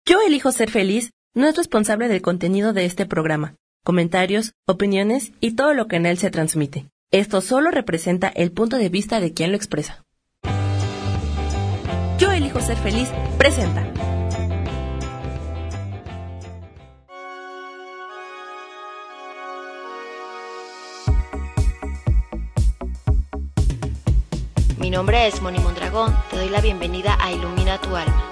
Yo elijo ser feliz no es responsable del contenido de este programa, comentarios, opiniones y todo lo que en él se transmite. Esto solo representa el punto de vista de quien lo expresa. Yo elijo ser feliz presenta. Mi nombre es Moni Mondragón, te doy la bienvenida a Ilumina tu Alma.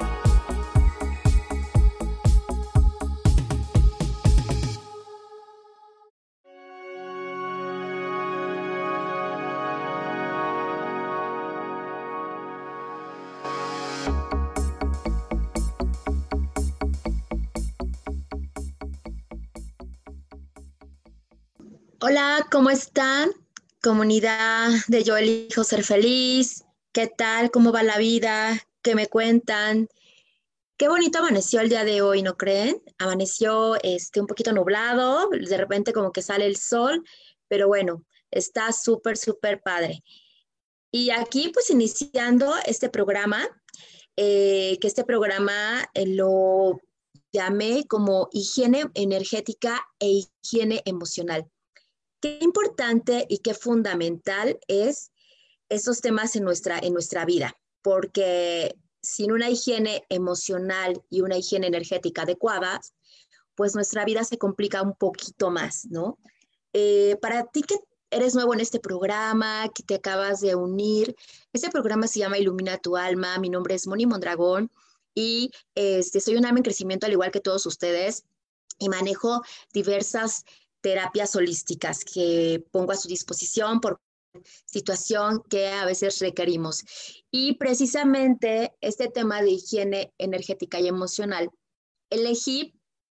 Hola, ¿cómo están? Comunidad de Yo Elijo Ser Feliz. ¿Qué tal? ¿Cómo va la vida? ¿Qué me cuentan? Qué bonito amaneció el día de hoy, ¿no creen? Amaneció un poquito nublado, de repente como que sale el sol, pero bueno, está súper, súper padre. Y aquí pues iniciando este programa, que este programa lo llamé como higiene energética e higiene emocional. Qué importante y qué fundamental es esos temas en nuestra vida, porque sin una higiene emocional y una higiene energética adecuadas, pues nuestra vida se complica un poquito más, ¿no? Para ti que eres nuevo en este programa, que te acabas de unir, este programa se llama Ilumina tu Alma, mi nombre es Moni Mondragón y soy un alma en crecimiento al igual que todos ustedes y manejo diversas terapias holísticas que pongo a su disposición por situación que a veces requerimos. Y precisamente este tema de higiene energética y emocional, elegí,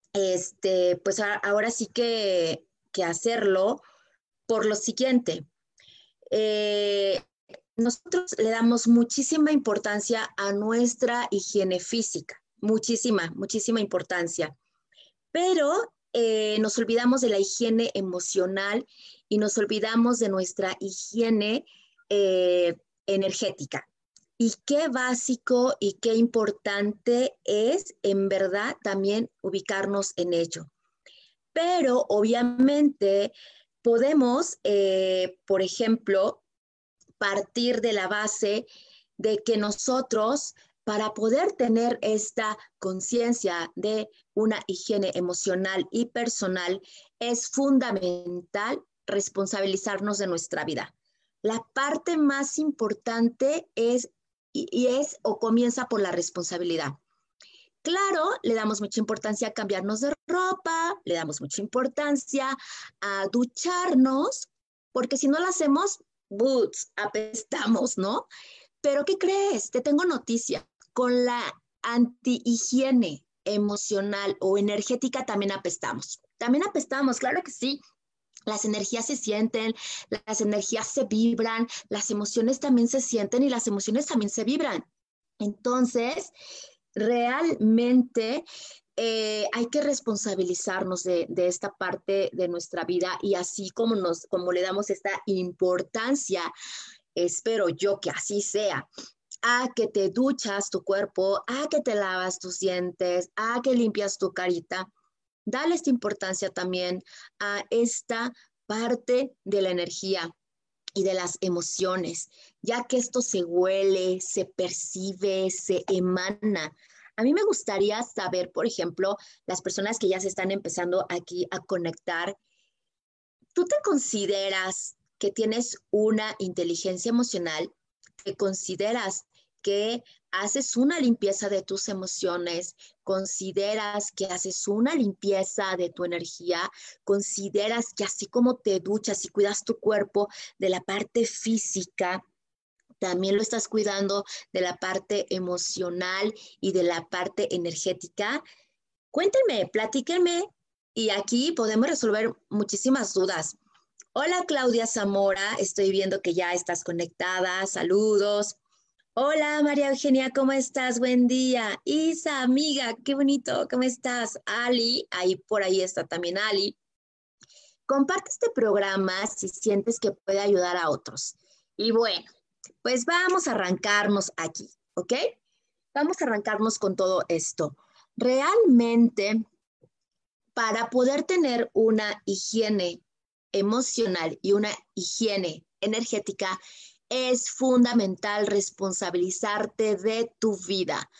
pues ahora sí que hacerlo por lo siguiente. Eh, Nosotros le damos muchísima importancia a nuestra higiene física, muchísima, muchísima importancia, pero nos olvidamos de la higiene emocional y nos olvidamos de nuestra higiene energética. Y qué básico y qué importante es en verdad también ubicarnos en ello. Pero obviamente podemos, por ejemplo, partir de la base de que nosotros, para poder tener esta conciencia de una higiene emocional y personal, es fundamental responsabilizarnos de nuestra vida. La parte más importante es o comienza por la responsabilidad. Claro, le damos mucha importancia a cambiarnos de ropa, le damos mucha importancia a ducharnos, porque si no lo hacemos, boots, apestamos, ¿no? Pero ¿qué crees? Te tengo noticia. Con la antihigiene emocional o energética también apestamos. También apestamos, claro que sí. Las energías se sienten, las energías se vibran, las emociones también se sienten y las emociones también se vibran. Entonces, realmente hay que responsabilizarnos de esta parte de nuestra vida y así como le damos esta importancia, espero yo que así sea, a que te duchas tu cuerpo, a que te lavas tus dientes, a que limpias tu carita. Dale esta importancia también a esta parte de la energía y de las emociones, ya que esto se huele, se percibe, se emana. A mí me gustaría saber, por ejemplo, las personas que ya se están empezando aquí a conectar, ¿tú te consideras que tienes una inteligencia emocional? ¿Te consideras que haces una limpieza de tus emociones? ¿Consideras que haces una limpieza de tu energía? ¿Consideras que así como te duchas y cuidas tu cuerpo de la parte física, también lo estás cuidando de la parte emocional y de la parte energética? Cuéntenme, platíquenme y aquí podemos resolver muchísimas dudas. Hola Claudia Zamora, estoy viendo que ya estás conectada, saludos. Hola María Eugenia, ¿cómo estás? Buen día. Isa, amiga, qué bonito, ¿cómo estás? Ali, ahí por ahí está también Ali. Comparte este programa si sientes que puede ayudar a otros. Y bueno, pues vamos a arrancarnos aquí, ¿ok? Vamos a arrancarnos con todo esto. Realmente, para poder tener una higiene emocional y una higiene energética, es fundamental responsabilizarte de tu vida,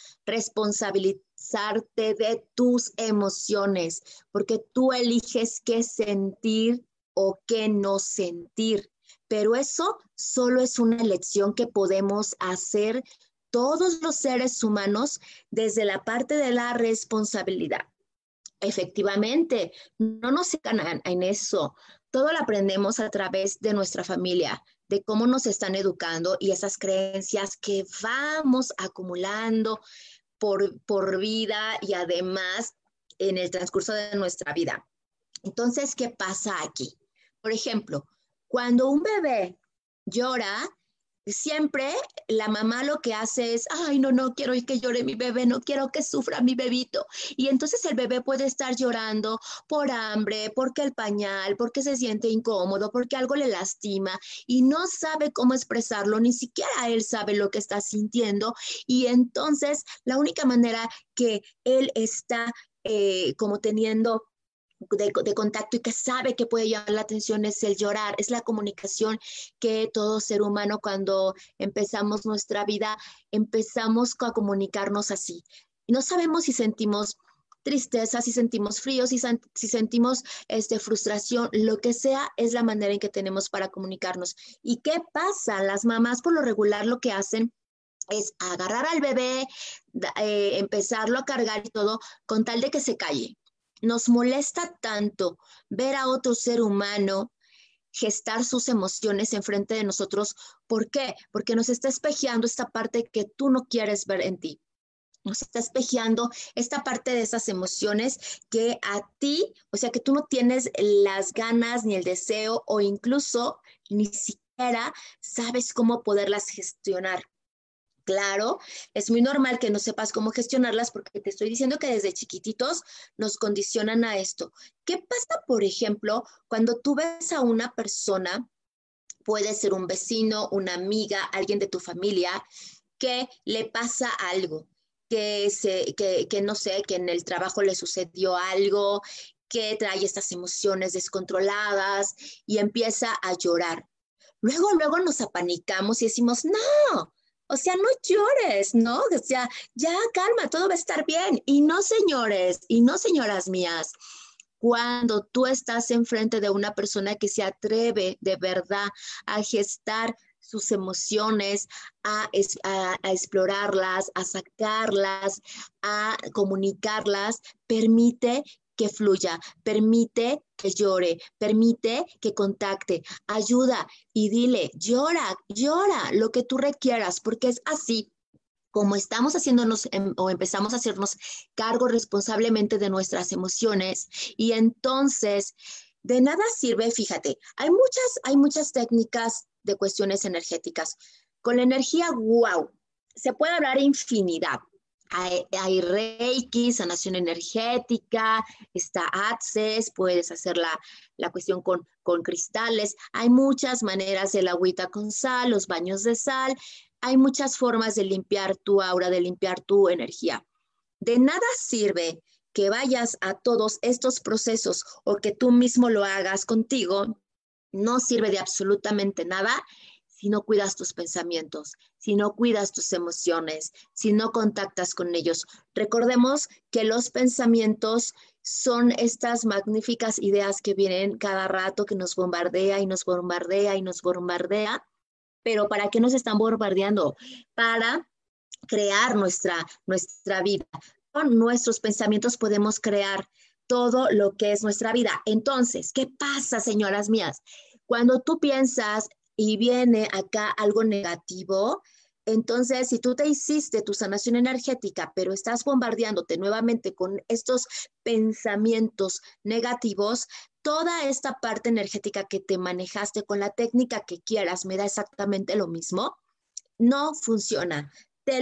responsabilizarte de tus emociones, porque tú eliges qué sentir o qué no sentir. Pero eso solo es una elección que podemos hacer todos los seres humanos desde la parte de la responsabilidad. Efectivamente, no nos ganan en eso. Todo lo aprendemos a través de nuestra familia, de cómo nos están educando y esas creencias que vamos acumulando por vida y además en el transcurso de nuestra vida. Entonces, ¿qué pasa aquí? Por ejemplo, cuando un bebé llora, siempre la mamá lo que hace es, ay, no, no quiero que llore mi bebé, no quiero que sufra mi bebito. Y entonces el bebé puede estar llorando por hambre, porque el pañal, porque se siente incómodo, porque algo le lastima y no sabe cómo expresarlo, ni siquiera él sabe lo que está sintiendo. Y entonces la única manera que él está como teniendo de contacto y que sabe que puede llamar la atención es el llorar, es la comunicación que todo ser humano cuando empezamos nuestra vida, empezamos a comunicarnos así. Y no sabemos si sentimos tristeza, si sentimos frío, si sentimos frustración, lo que sea, es la manera en que tenemos para comunicarnos. ¿Y qué pasa? Las mamás por lo regular lo que hacen es agarrar al bebé, empezarlo a cargar y todo, con tal de que se calle. Nos molesta tanto ver a otro ser humano gestar sus emociones enfrente de nosotros. ¿Por qué? Porque nos está espejeando esta parte que tú no quieres ver en ti. Nos está espejeando esta parte de esas emociones que a ti, o sea, que tú no tienes las ganas ni el deseo o incluso ni siquiera sabes cómo poderlas gestionar. Claro, es muy normal que no sepas cómo gestionarlas porque te estoy diciendo que desde chiquititos nos condicionan a esto. ¿Qué pasa, por ejemplo, cuando tú ves a una persona, puede ser un vecino, una amiga, alguien de tu familia, que le pasa algo, que no sé, que en el trabajo le sucedió algo, que trae estas emociones descontroladas y empieza a llorar? Luego nos apanicamos y decimos, no, o sea, no llores, ¿no? O sea, ya calma, todo va a estar bien. Y no, señores, y no, señoras mías, cuando tú estás enfrente de una persona que se atreve de verdad a gestar sus emociones, a explorarlas, a sacarlas, a comunicarlas, permite que fluya, permite que llore, permite que contacte, ayuda y dile, llora, llora lo que tú requieras, porque es así como estamos haciéndonos o empezamos a hacernos cargo responsablemente de nuestras emociones. Y entonces, de nada sirve, fíjate, hay muchas técnicas de cuestiones energéticas. Con la energía, wow, se puede hablar infinidad. Hay Reiki, sanación energética, está Access, puedes hacer la cuestión con cristales. Hay muchas maneras, el agüita con sal, los baños de sal. Hay muchas formas de limpiar tu aura, de limpiar tu energía. De nada sirve que vayas a todos estos procesos o que tú mismo lo hagas contigo. No sirve de absolutamente nada si no cuidas tus pensamientos, si no cuidas tus emociones, si no contactas con ellos. Recordemos que los pensamientos son estas magníficas ideas que vienen cada rato, que nos bombardea y nos bombardea y nos bombardea. Pero ¿para qué nos están bombardeando? Para crear nuestra vida. Con nuestros pensamientos podemos crear todo lo que es nuestra vida. Entonces, ¿qué pasa, señoras mías? Cuando tú piensas y viene acá algo negativo, entonces si tú te hiciste tu sanación energética, pero estás bombardeándote nuevamente con estos pensamientos negativos, toda esta parte energética que te manejaste con la técnica que quieras, me da exactamente lo mismo, no funciona. Te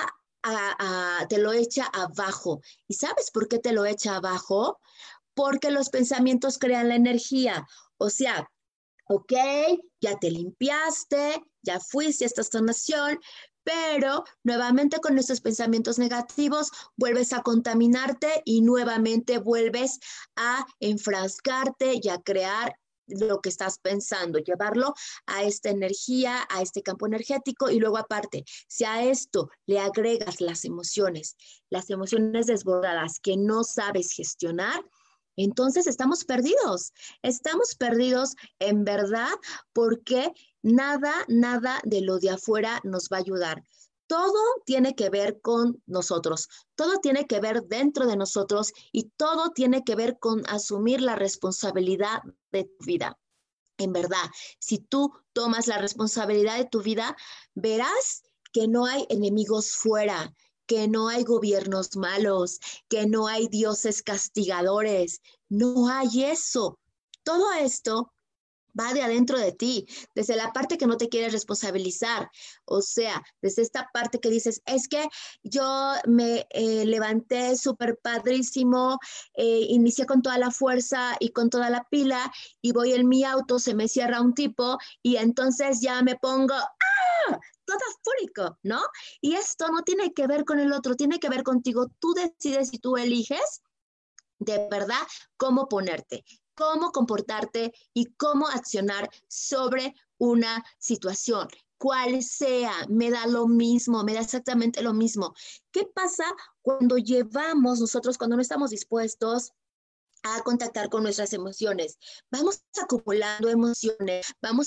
lo echa abajo. ¿Y sabes por qué te lo echa abajo? Porque los pensamientos crean la energía. O sea, ok, ya te limpiaste, ya fuiste a esta sanación, pero nuevamente con estos pensamientos negativos vuelves a contaminarte y nuevamente vuelves a enfrascarte y a crear lo que estás pensando, llevarlo a esta energía, a este campo energético. Y luego aparte, si a esto le agregas las emociones desbordadas que no sabes gestionar, entonces estamos perdidos en verdad, porque nada de lo de afuera nos va a ayudar. Todo tiene que ver con nosotros, todo tiene que ver dentro de nosotros y todo tiene que ver con asumir la responsabilidad de tu vida. En verdad, si tú tomas la responsabilidad de tu vida, verás que no hay enemigos fuera, que no hay gobiernos malos, que no hay dioses castigadores, no hay eso. Todo esto va de adentro de ti, desde la parte que no te quieres responsabilizar, o sea, desde esta parte que dices, es que yo me levanté súper padrísimo, inicié con toda la fuerza y con toda la pila, y voy en mi auto, se me cierra un tipo, y entonces ya me pongo, todo fúrico, ¿no? Y esto no tiene que ver con el otro, tiene que ver contigo, tú decides y tú eliges de verdad cómo ponerte, cómo comportarte y cómo accionar sobre una situación. Cual sea, me da lo mismo, me da exactamente lo mismo. ¿Qué pasa cuando cuando no estamos dispuestos a contactar con nuestras emociones? Vamos acumulando emociones, vamos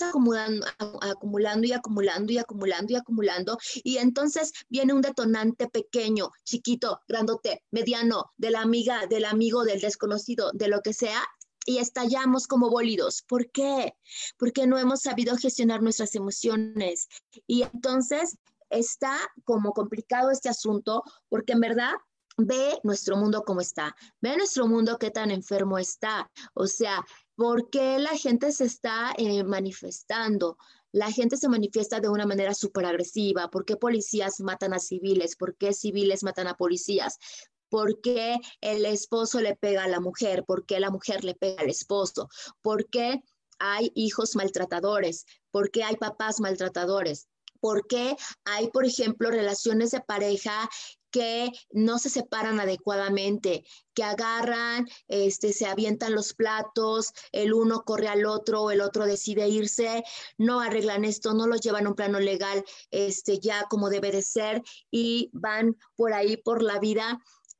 acumulando, y entonces viene un detonante pequeño, chiquito, grandote, mediano, de la amiga, del amigo, del desconocido, de lo que sea, y estallamos como bólidos. ¿Por qué? Porque no hemos sabido gestionar nuestras emociones. Y entonces está como complicado este asunto, porque en verdad ve nuestro mundo cómo está, ve nuestro mundo qué tan enfermo está, o sea, ¿por qué la gente se está manifestando? La gente se manifiesta de una manera súper agresiva. ¿Por qué policías matan a civiles? ¿Por qué civiles matan a policías? ¿Por qué el esposo le pega a la mujer? ¿Por qué la mujer le pega al esposo? ¿Por qué hay hijos maltratadores? ¿Por qué hay papás maltratadores? ¿Por qué hay, por ejemplo, relaciones de pareja que no se separan adecuadamente, que agarran, se avientan los platos, el uno corre al otro, el otro decide irse, no arreglan esto, no lo llevan a un plano legal, ya como debe de ser, y van por ahí por la vida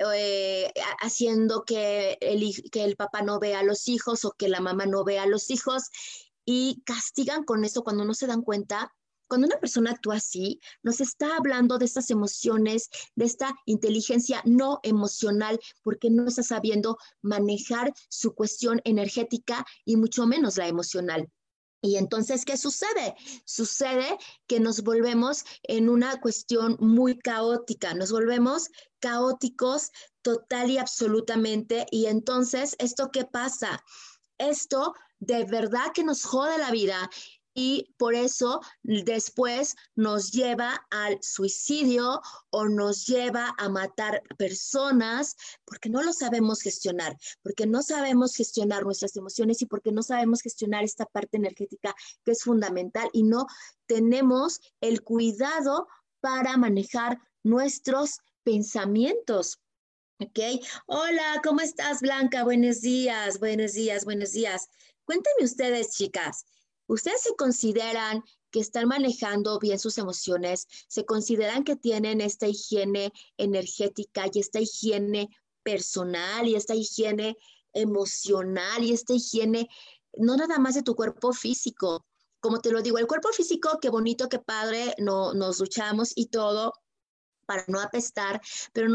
haciendo que el papá no vea a los hijos o que la mamá no vea a los hijos, y castigan con eso cuando no se dan cuenta. Cuando una persona actúa así, nos está hablando de estas emociones, de esta inteligencia no emocional, porque no está sabiendo manejar su cuestión energética y mucho menos la emocional. Y entonces, ¿qué sucede? Sucede que nos volvemos en una cuestión muy caótica, nos volvemos caóticos total y absolutamente. Y entonces, ¿esto qué pasa? Esto de verdad que nos jode la vida, y por eso después nos lleva al suicidio o nos lleva a matar personas, porque no lo sabemos gestionar, porque no sabemos gestionar nuestras emociones y porque no sabemos gestionar esta parte energética que es fundamental, y no tenemos el cuidado para manejar nuestros pensamientos. Ok, hola, ¿cómo estás, Blanca? Buenos días, buenos días, buenos días. Cuéntenme ustedes, chicas, ¿ustedes se consideran que están manejando bien sus emociones? ¿Se consideran que tienen esta higiene energética y esta higiene personal y esta higiene emocional y esta higiene no nada más de tu cuerpo físico? Como te lo digo, el cuerpo físico, qué bonito, qué padre, no, nos duchamos y todo para no apestar, pero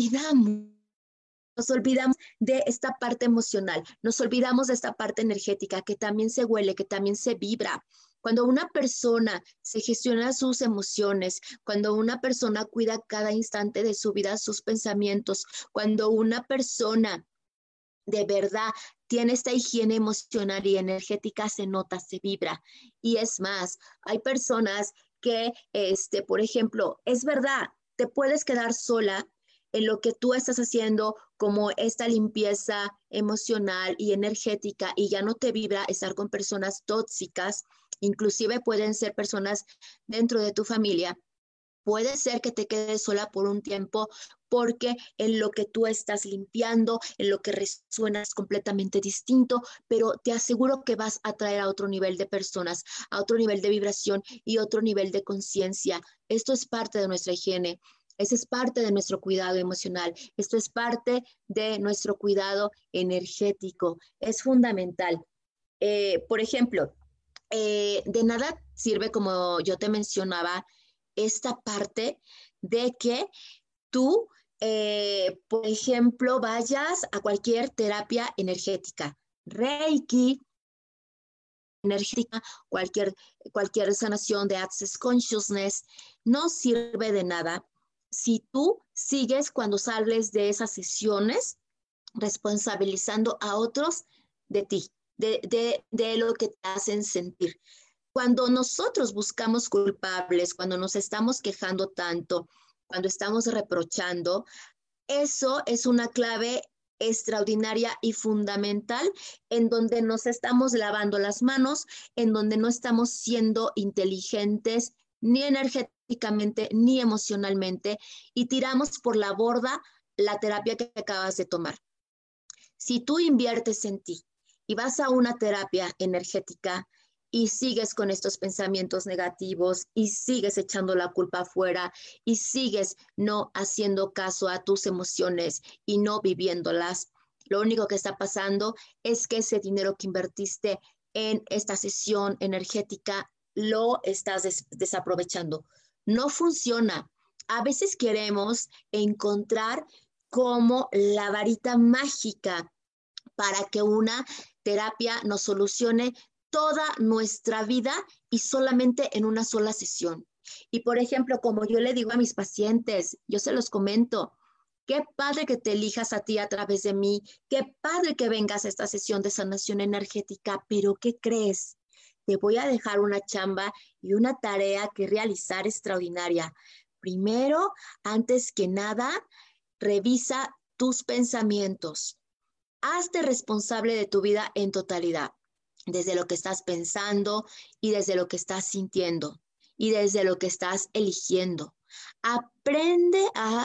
nos olvidamos de esta parte emocional, nos olvidamos de esta parte energética que también se huele, que también se vibra. Cuando una persona se gestiona sus emociones, cuando una persona cuida cada instante de su vida, sus pensamientos, cuando una persona de verdad tiene esta higiene emocional y energética, se nota, se vibra. Y es más, hay personas que, por ejemplo, es verdad, te puedes quedar sola en lo que tú estás haciendo, como esta limpieza emocional y energética, y ya no te vibra estar con personas tóxicas, inclusive pueden ser personas dentro de tu familia. Puede ser que te quedes sola por un tiempo porque en lo que tú estás limpiando, en lo que resuena es completamente distinto, pero te aseguro que vas a traer a otro nivel de personas, a otro nivel de vibración y otro nivel de conciencia. Esto es parte de nuestra higiene. Eso es parte de nuestro cuidado emocional. Esto es parte de nuestro cuidado energético. Es fundamental. Por ejemplo, de nada sirve, como yo te mencionaba, esta parte de que tú, por ejemplo, vayas a cualquier terapia energética, Reiki, energética, cualquier sanación de Access Consciousness, no sirve de nada si tú sigues cuando sales de esas sesiones responsabilizando a otros de ti, de lo que te hacen sentir. Cuando nosotros buscamos culpables, cuando nos estamos quejando tanto, cuando estamos reprochando, eso es una clave extraordinaria y fundamental en donde nos estamos lavando las manos, en donde no estamos siendo inteligentes ni energéticamente ni emocionalmente y tiramos por la borda la terapia que acabas de tomar. Si tú inviertes en ti y vas a una terapia energética y sigues con estos pensamientos negativos y sigues echando la culpa afuera y sigues no haciendo caso a tus emociones y no viviéndolas, lo único que está pasando es que ese dinero que invertiste en esta sesión energética lo estás desaprovechando. No funciona. A veces queremos encontrar como la varita mágica para que una terapia nos solucione toda nuestra vida y solamente en una sola sesión. Y por ejemplo, como yo le digo a mis pacientes, yo se los comento, qué padre que te elijas a ti a través de mí, qué padre que vengas a esta sesión de sanación energética, pero ¿qué crees? Te voy a dejar una chamba y una tarea que realizar extraordinaria. Primero, antes que nada, revisa tus pensamientos. Hazte responsable de tu vida en totalidad, desde lo que estás pensando y desde lo que estás sintiendo y desde lo que estás eligiendo. Aprende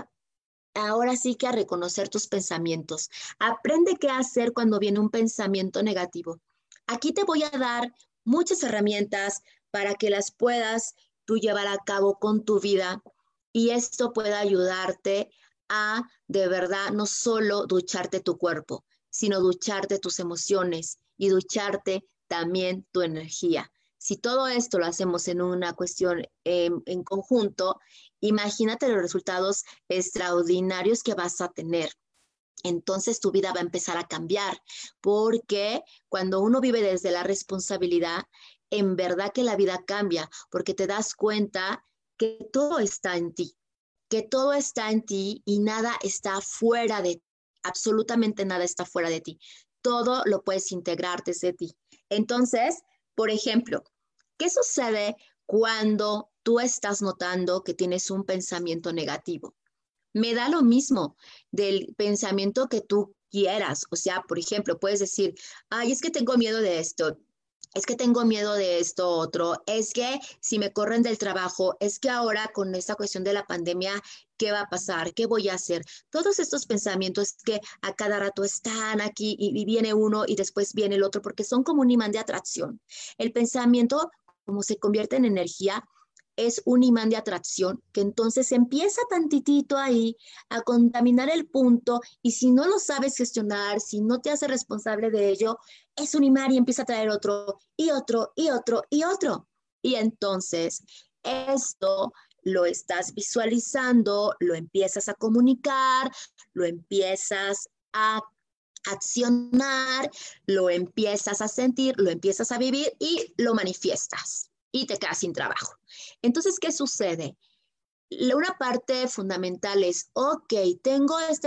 ahora sí que a reconocer tus pensamientos. Aprende qué hacer cuando viene un pensamiento negativo. Aquí te voy a dar muchas herramientas para que las puedas tú llevar a cabo con tu vida y esto pueda ayudarte a de verdad no solo ducharte tu cuerpo, sino ducharte tus emociones y ducharte también tu energía. Si todo esto lo hacemos en una cuestión en conjunto, imagínate los resultados extraordinarios que vas a tener. Entonces tu vida va a empezar a cambiar, porque cuando uno vive desde la responsabilidad, en verdad que la vida cambia, porque te das cuenta que todo está en ti, que todo está en ti y nada está fuera de ti, absolutamente nada está fuera de ti. Todo lo puedes integrar desde ti. Entonces, por ejemplo, ¿qué sucede cuando tú estás notando que tienes un pensamiento negativo? Me da lo mismo del pensamiento que tú quieras. O sea, por ejemplo, puedes decir, ay, es que tengo miedo de esto, es que tengo miedo de esto otro, es que si me corren del trabajo, es que ahora con esta cuestión de la pandemia, ¿qué va a pasar? ¿Qué voy a hacer? Todos estos pensamientos que a cada rato están aquí y viene uno y después viene el otro, porque son como un imán de atracción. El pensamiento, como se convierte en energía, es un imán de atracción que entonces empieza tantitito ahí a contaminar el punto y si no lo sabes gestionar, si no te haces responsable de ello, es un imán y empieza a traer otro y otro y otro y otro. Y entonces esto lo estás visualizando, lo empiezas a comunicar, lo empiezas a accionar, lo empiezas a sentir, lo empiezas a vivir y lo manifiestas y te quedas sin trabajo. Entonces, ¿qué sucede? Una parte fundamental es, ok, tengo este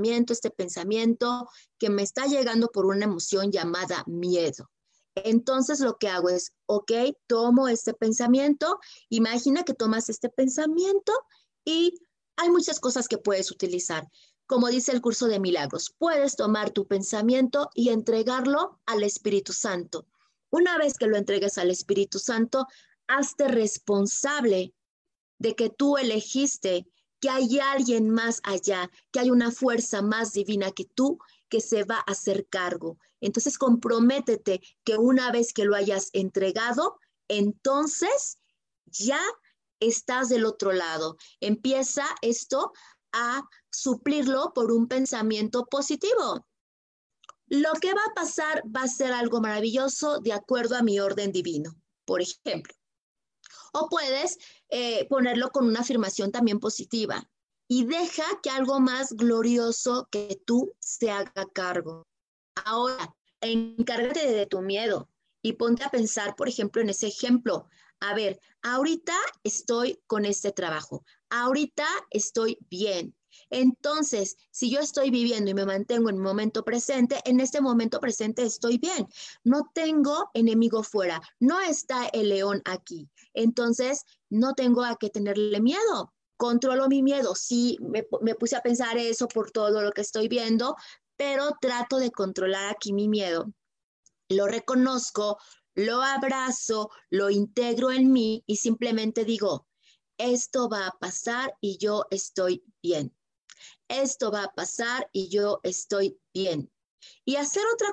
pensamiento que me está llegando por una emoción llamada miedo. Entonces lo que hago es, ok, tomo este pensamiento, imagina que tomas este pensamiento y hay muchas cosas que puedes utilizar. Como dice el curso de milagros, puedes tomar tu pensamiento y entregarlo al Espíritu Santo. Una vez que lo entregues al Espíritu Santo, hazte responsable de que tú elegiste, que hay alguien más allá, que hay una fuerza más divina que tú que se va a hacer cargo. Entonces comprométete que una vez que lo hayas entregado, entonces ya estás del otro lado. Empieza esto a suplirlo por un pensamiento positivo. Lo que va a pasar va a ser algo maravilloso de acuerdo a mi orden divino, por ejemplo. O puedes ponerlo con una afirmación también positiva y deja que algo más glorioso que tú se haga cargo. Ahora, encárgate de tu miedo y ponte a pensar, por ejemplo, en ese ejemplo. A ver, ahorita estoy con este trabajo, ahorita estoy bien. Entonces, si yo estoy viviendo y me mantengo en el momento presente, en este momento presente estoy bien. No tengo enemigo fuera, no está el león aquí. Entonces, no tengo a qué tenerle miedo. Controlo mi miedo. Sí, me puse a pensar eso por todo lo que estoy viendo, pero trato de controlar aquí mi miedo. Lo reconozco, lo abrazo, lo integro en mí y simplemente digo, esto va a pasar y yo estoy bien. Esto va a pasar y yo estoy bien. Y hacer otra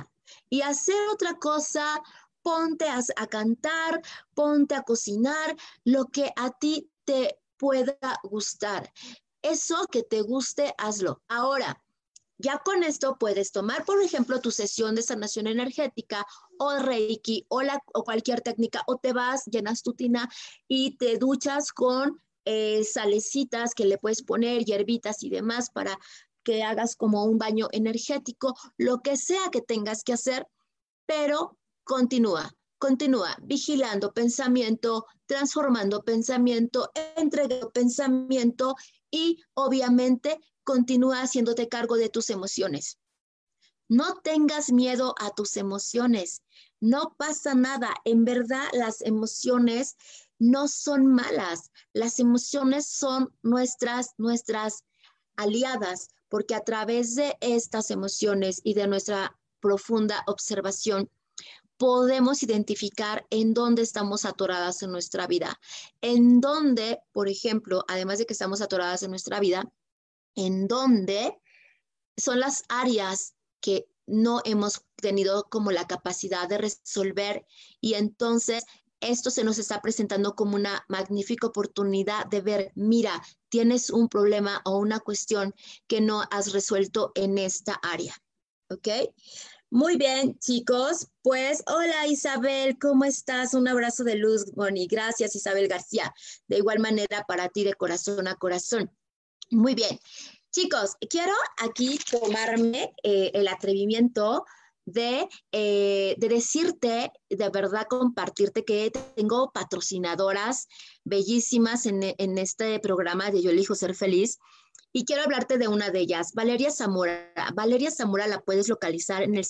cosa, ponte a cantar, ponte a cocinar, lo que a ti te pueda gustar. Eso que te guste, hazlo. Ahora, ya con esto puedes tomar, por ejemplo, tu sesión de sanación energética o Reiki o cualquier técnica, o te vas, llenas tu tina y te duchas con salecitas que le puedes poner, hierbitas y demás para que hagas como un baño energético, lo que sea que tengas que hacer, pero continúa vigilando pensamiento, transformando pensamiento, entregando pensamiento y obviamente continúa haciéndote cargo de tus emociones. No tengas miedo a tus emociones, no pasa nada. En verdad, las emociones no son malas, las emociones son nuestras aliadas, porque a través de estas emociones y de nuestra profunda observación, podemos identificar en dónde estamos atoradas en nuestra vida, en dónde, por ejemplo, además de que estamos atoradas en nuestra vida, en dónde son las áreas que no hemos tenido como la capacidad de resolver, y entonces esto se nos está presentando como una magnífica oportunidad de ver, mira, tienes un problema o una cuestión que no has resuelto en esta área, ¿ok? Muy bien, chicos. Pues, hola Isabel, ¿cómo estás? Un abrazo de luz, Moni. Gracias, Isabel García. De igual manera para ti, de corazón a corazón. Muy bien. Chicos, quiero aquí tomarme el atrevimiento de decirte, de verdad compartirte que tengo patrocinadoras bellísimas en este programa de Yo Elijo Ser Feliz. Y quiero hablarte de una de ellas, Valeria Zamora. Valeria Zamora la puedes localizar en el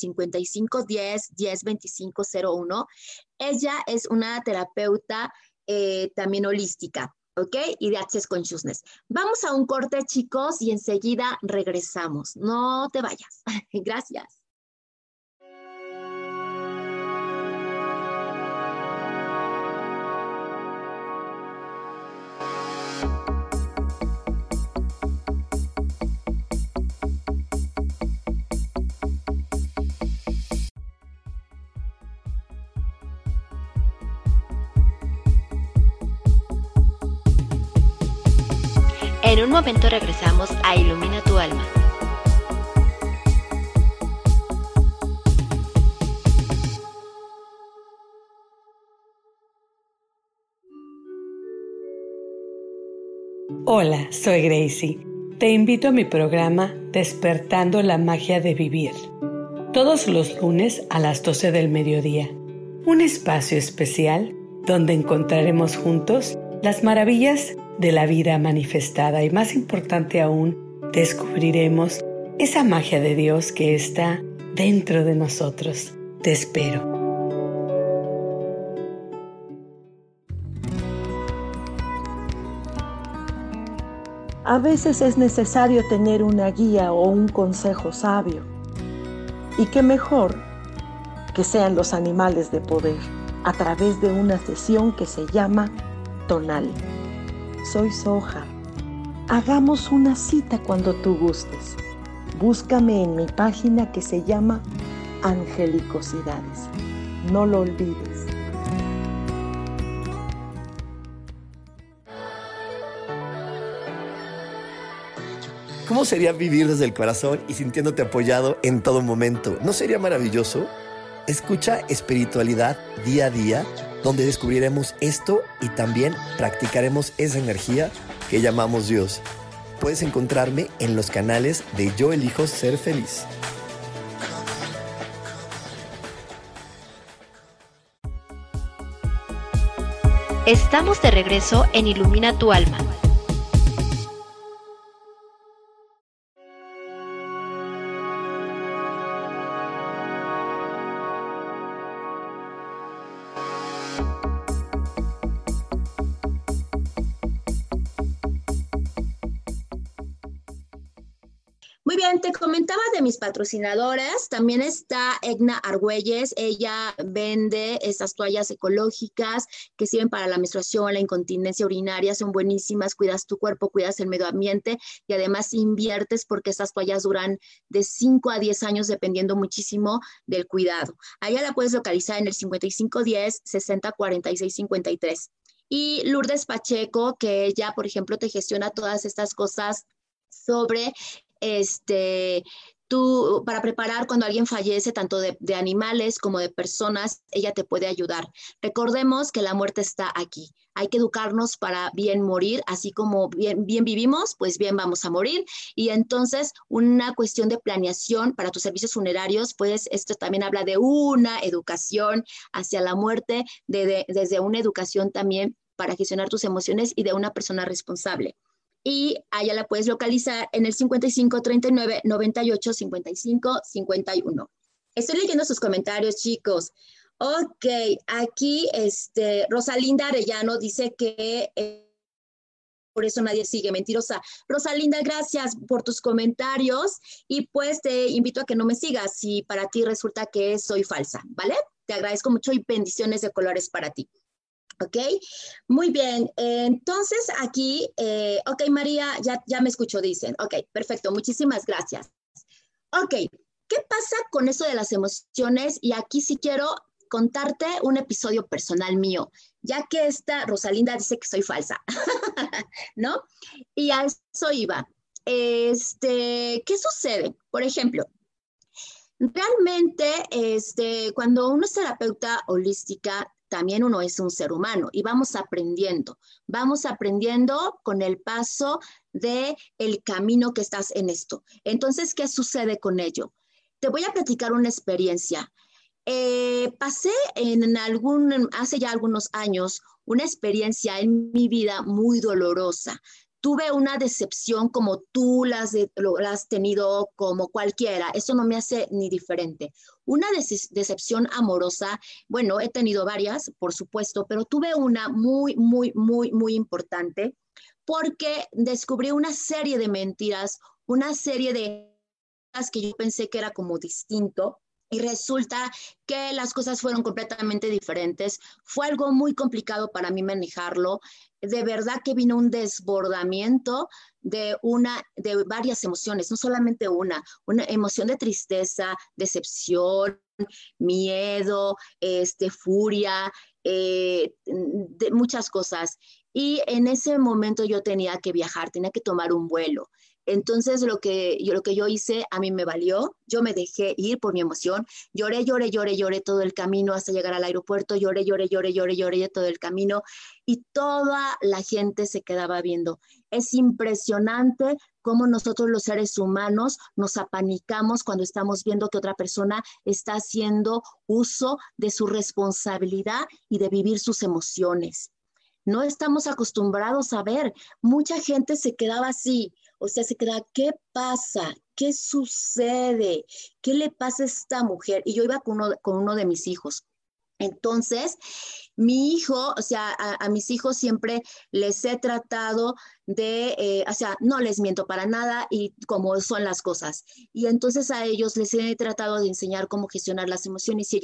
5510-102501. Ella es una terapeuta también holística, ¿ok? Y de Access Consciousness. Vamos a un corte, chicos, y enseguida regresamos. No te vayas. Gracias. En un momento regresamos a Ilumina tu Alma. Hola, soy Gracie. Te invito a mi programa Despertando la Magia de Vivir. Todos los lunes a las 12 del mediodía. Un espacio especial donde encontraremos juntos las maravillas de la vida manifestada y, más importante aún, descubriremos esa magia de Dios que está dentro de nosotros. Te espero. A veces es necesario tener una guía o un consejo sabio. Y qué mejor que sean los animales de poder a través de una sesión que se llama Tonal. Soy Soja. Hagamos una cita cuando tú gustes. Búscame en mi página que se llama Angelicosidades. No lo olvides. ¿Cómo sería vivir desde el corazón y sintiéndote apoyado en todo momento? ¿No sería maravilloso? Escucha Espiritualidad Día a Día, donde descubriremos esto y también practicaremos esa energía que llamamos Dios. Puedes encontrarme en los canales de Yo Elijo Ser Feliz. Estamos de regreso en Ilumina tu Alma. Muy bien, te comentaba de mis patrocinadoras. También está Egna Argüelles. Ella vende estas toallas ecológicas que sirven para la menstruación, la incontinencia urinaria. Son buenísimas. Cuidas tu cuerpo, cuidas el medio ambiente y además inviertes porque estas toallas duran de 5 a 10 años dependiendo muchísimo del cuidado. Allá la puedes localizar en el 5510 60 46 53. Y Lourdes Pacheco, que ella, por ejemplo, te gestiona todas estas cosas sobre para preparar cuando alguien fallece, tanto de animales como de personas, ella te puede ayudar. Recordemos que la muerte está aquí. Hay que educarnos para bien morir, así como bien vivimos, pues bien vamos a morir. Y entonces, una cuestión de planeación para tus servicios funerarios, pues esto también habla de una educación hacia la muerte, desde una educación también para gestionar tus emociones y de una persona responsable. Y allá la puedes localizar en el 55 39 98 55 51. Estoy leyendo sus comentarios, chicos. Ok, aquí Rosalinda Arellano dice que por eso nadie sigue, mentirosa. Rosalinda, gracias por tus comentarios y pues te invito a que no me sigas si para ti resulta que soy falsa, ¿vale? Te agradezco mucho y bendiciones de colores para ti. ¿Ok? Muy bien. Entonces, aquí, ok, María, ya me escuchó, dicen. Ok, perfecto. Muchísimas gracias. Ok, ¿qué pasa con eso de las emociones? Y aquí sí quiero contarte un episodio personal mío, ya que esta Rosalinda dice que soy falsa, ¿no? Y a eso iba. ¿Qué sucede? Por ejemplo, realmente, cuando uno es terapeuta holística, también uno es un ser humano y vamos aprendiendo con el paso del el camino que estás en esto. Entonces, ¿qué sucede con ello? Te voy a platicar una experiencia. Pasé hace ya algunos años una experiencia en mi vida muy dolorosa. Tuve una decepción como tú la has tenido, como cualquiera. Eso no me hace ni diferente. Una decepción amorosa, bueno, he tenido varias, por supuesto, pero tuve una muy, muy, muy, muy importante porque descubrí una serie de mentiras, una serie de cosas que yo pensé que era como distinto. Y resulta que las cosas fueron completamente diferentes. Fue algo muy complicado para mí manejarlo. De verdad que vino un desbordamiento de varias emociones, no solamente una emoción de tristeza, decepción, miedo, furia, de muchas cosas. Y en ese momento yo tenía que viajar, tenía que tomar un vuelo. Entonces lo que yo hice a mí me valió, yo me dejé ir por mi emoción, lloré todo el camino hasta llegar al aeropuerto, lloré todo el camino y toda la gente se quedaba viendo. Es impresionante cómo nosotros los seres humanos nos apanicamos cuando estamos viendo que otra persona está haciendo uso de su responsabilidad y de vivir sus emociones. No estamos acostumbrados a ver, mucha gente se quedaba así. O sea, se queda, ¿qué pasa? ¿Qué sucede? ¿Qué le pasa a esta mujer? Y yo iba con uno de mis hijos. Entonces, mi hijo, o sea, a mis hijos siempre les he tratado de, o sea, no les miento para nada y cómo son las cosas. Y entonces a ellos les he tratado de enseñar cómo gestionar las emociones y ellos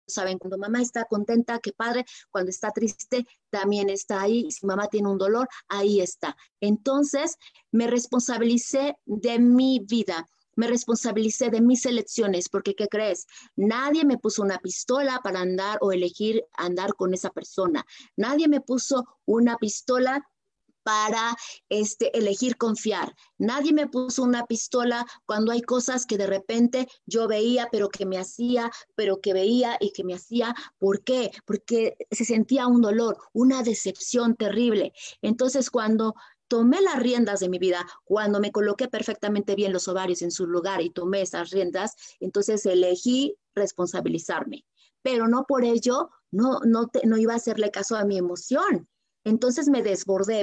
saben, cuando mamá está contenta, qué padre, cuando está triste, también está ahí, si mamá tiene un dolor, ahí está. Entonces, me responsabilicé de mi vida, me responsabilicé de mis elecciones, porque ¿qué crees? Nadie me puso una pistola para andar o elegir andar con esa persona. Nadie me puso una pistola para elegir confiar. Nadie me puso una pistola cuando hay cosas que de repente yo veía, pero que me hacía, pero que veía y que me hacía. ¿Por qué? Porque se sentía un dolor, una decepción terrible. Entonces, cuando tomé las riendas de mi vida, cuando me coloqué perfectamente bien los ovarios en su lugar y tomé esas riendas, entonces elegí responsabilizarme. Pero no por ello, no iba a hacerle caso a mi emoción. Entonces me desbordé.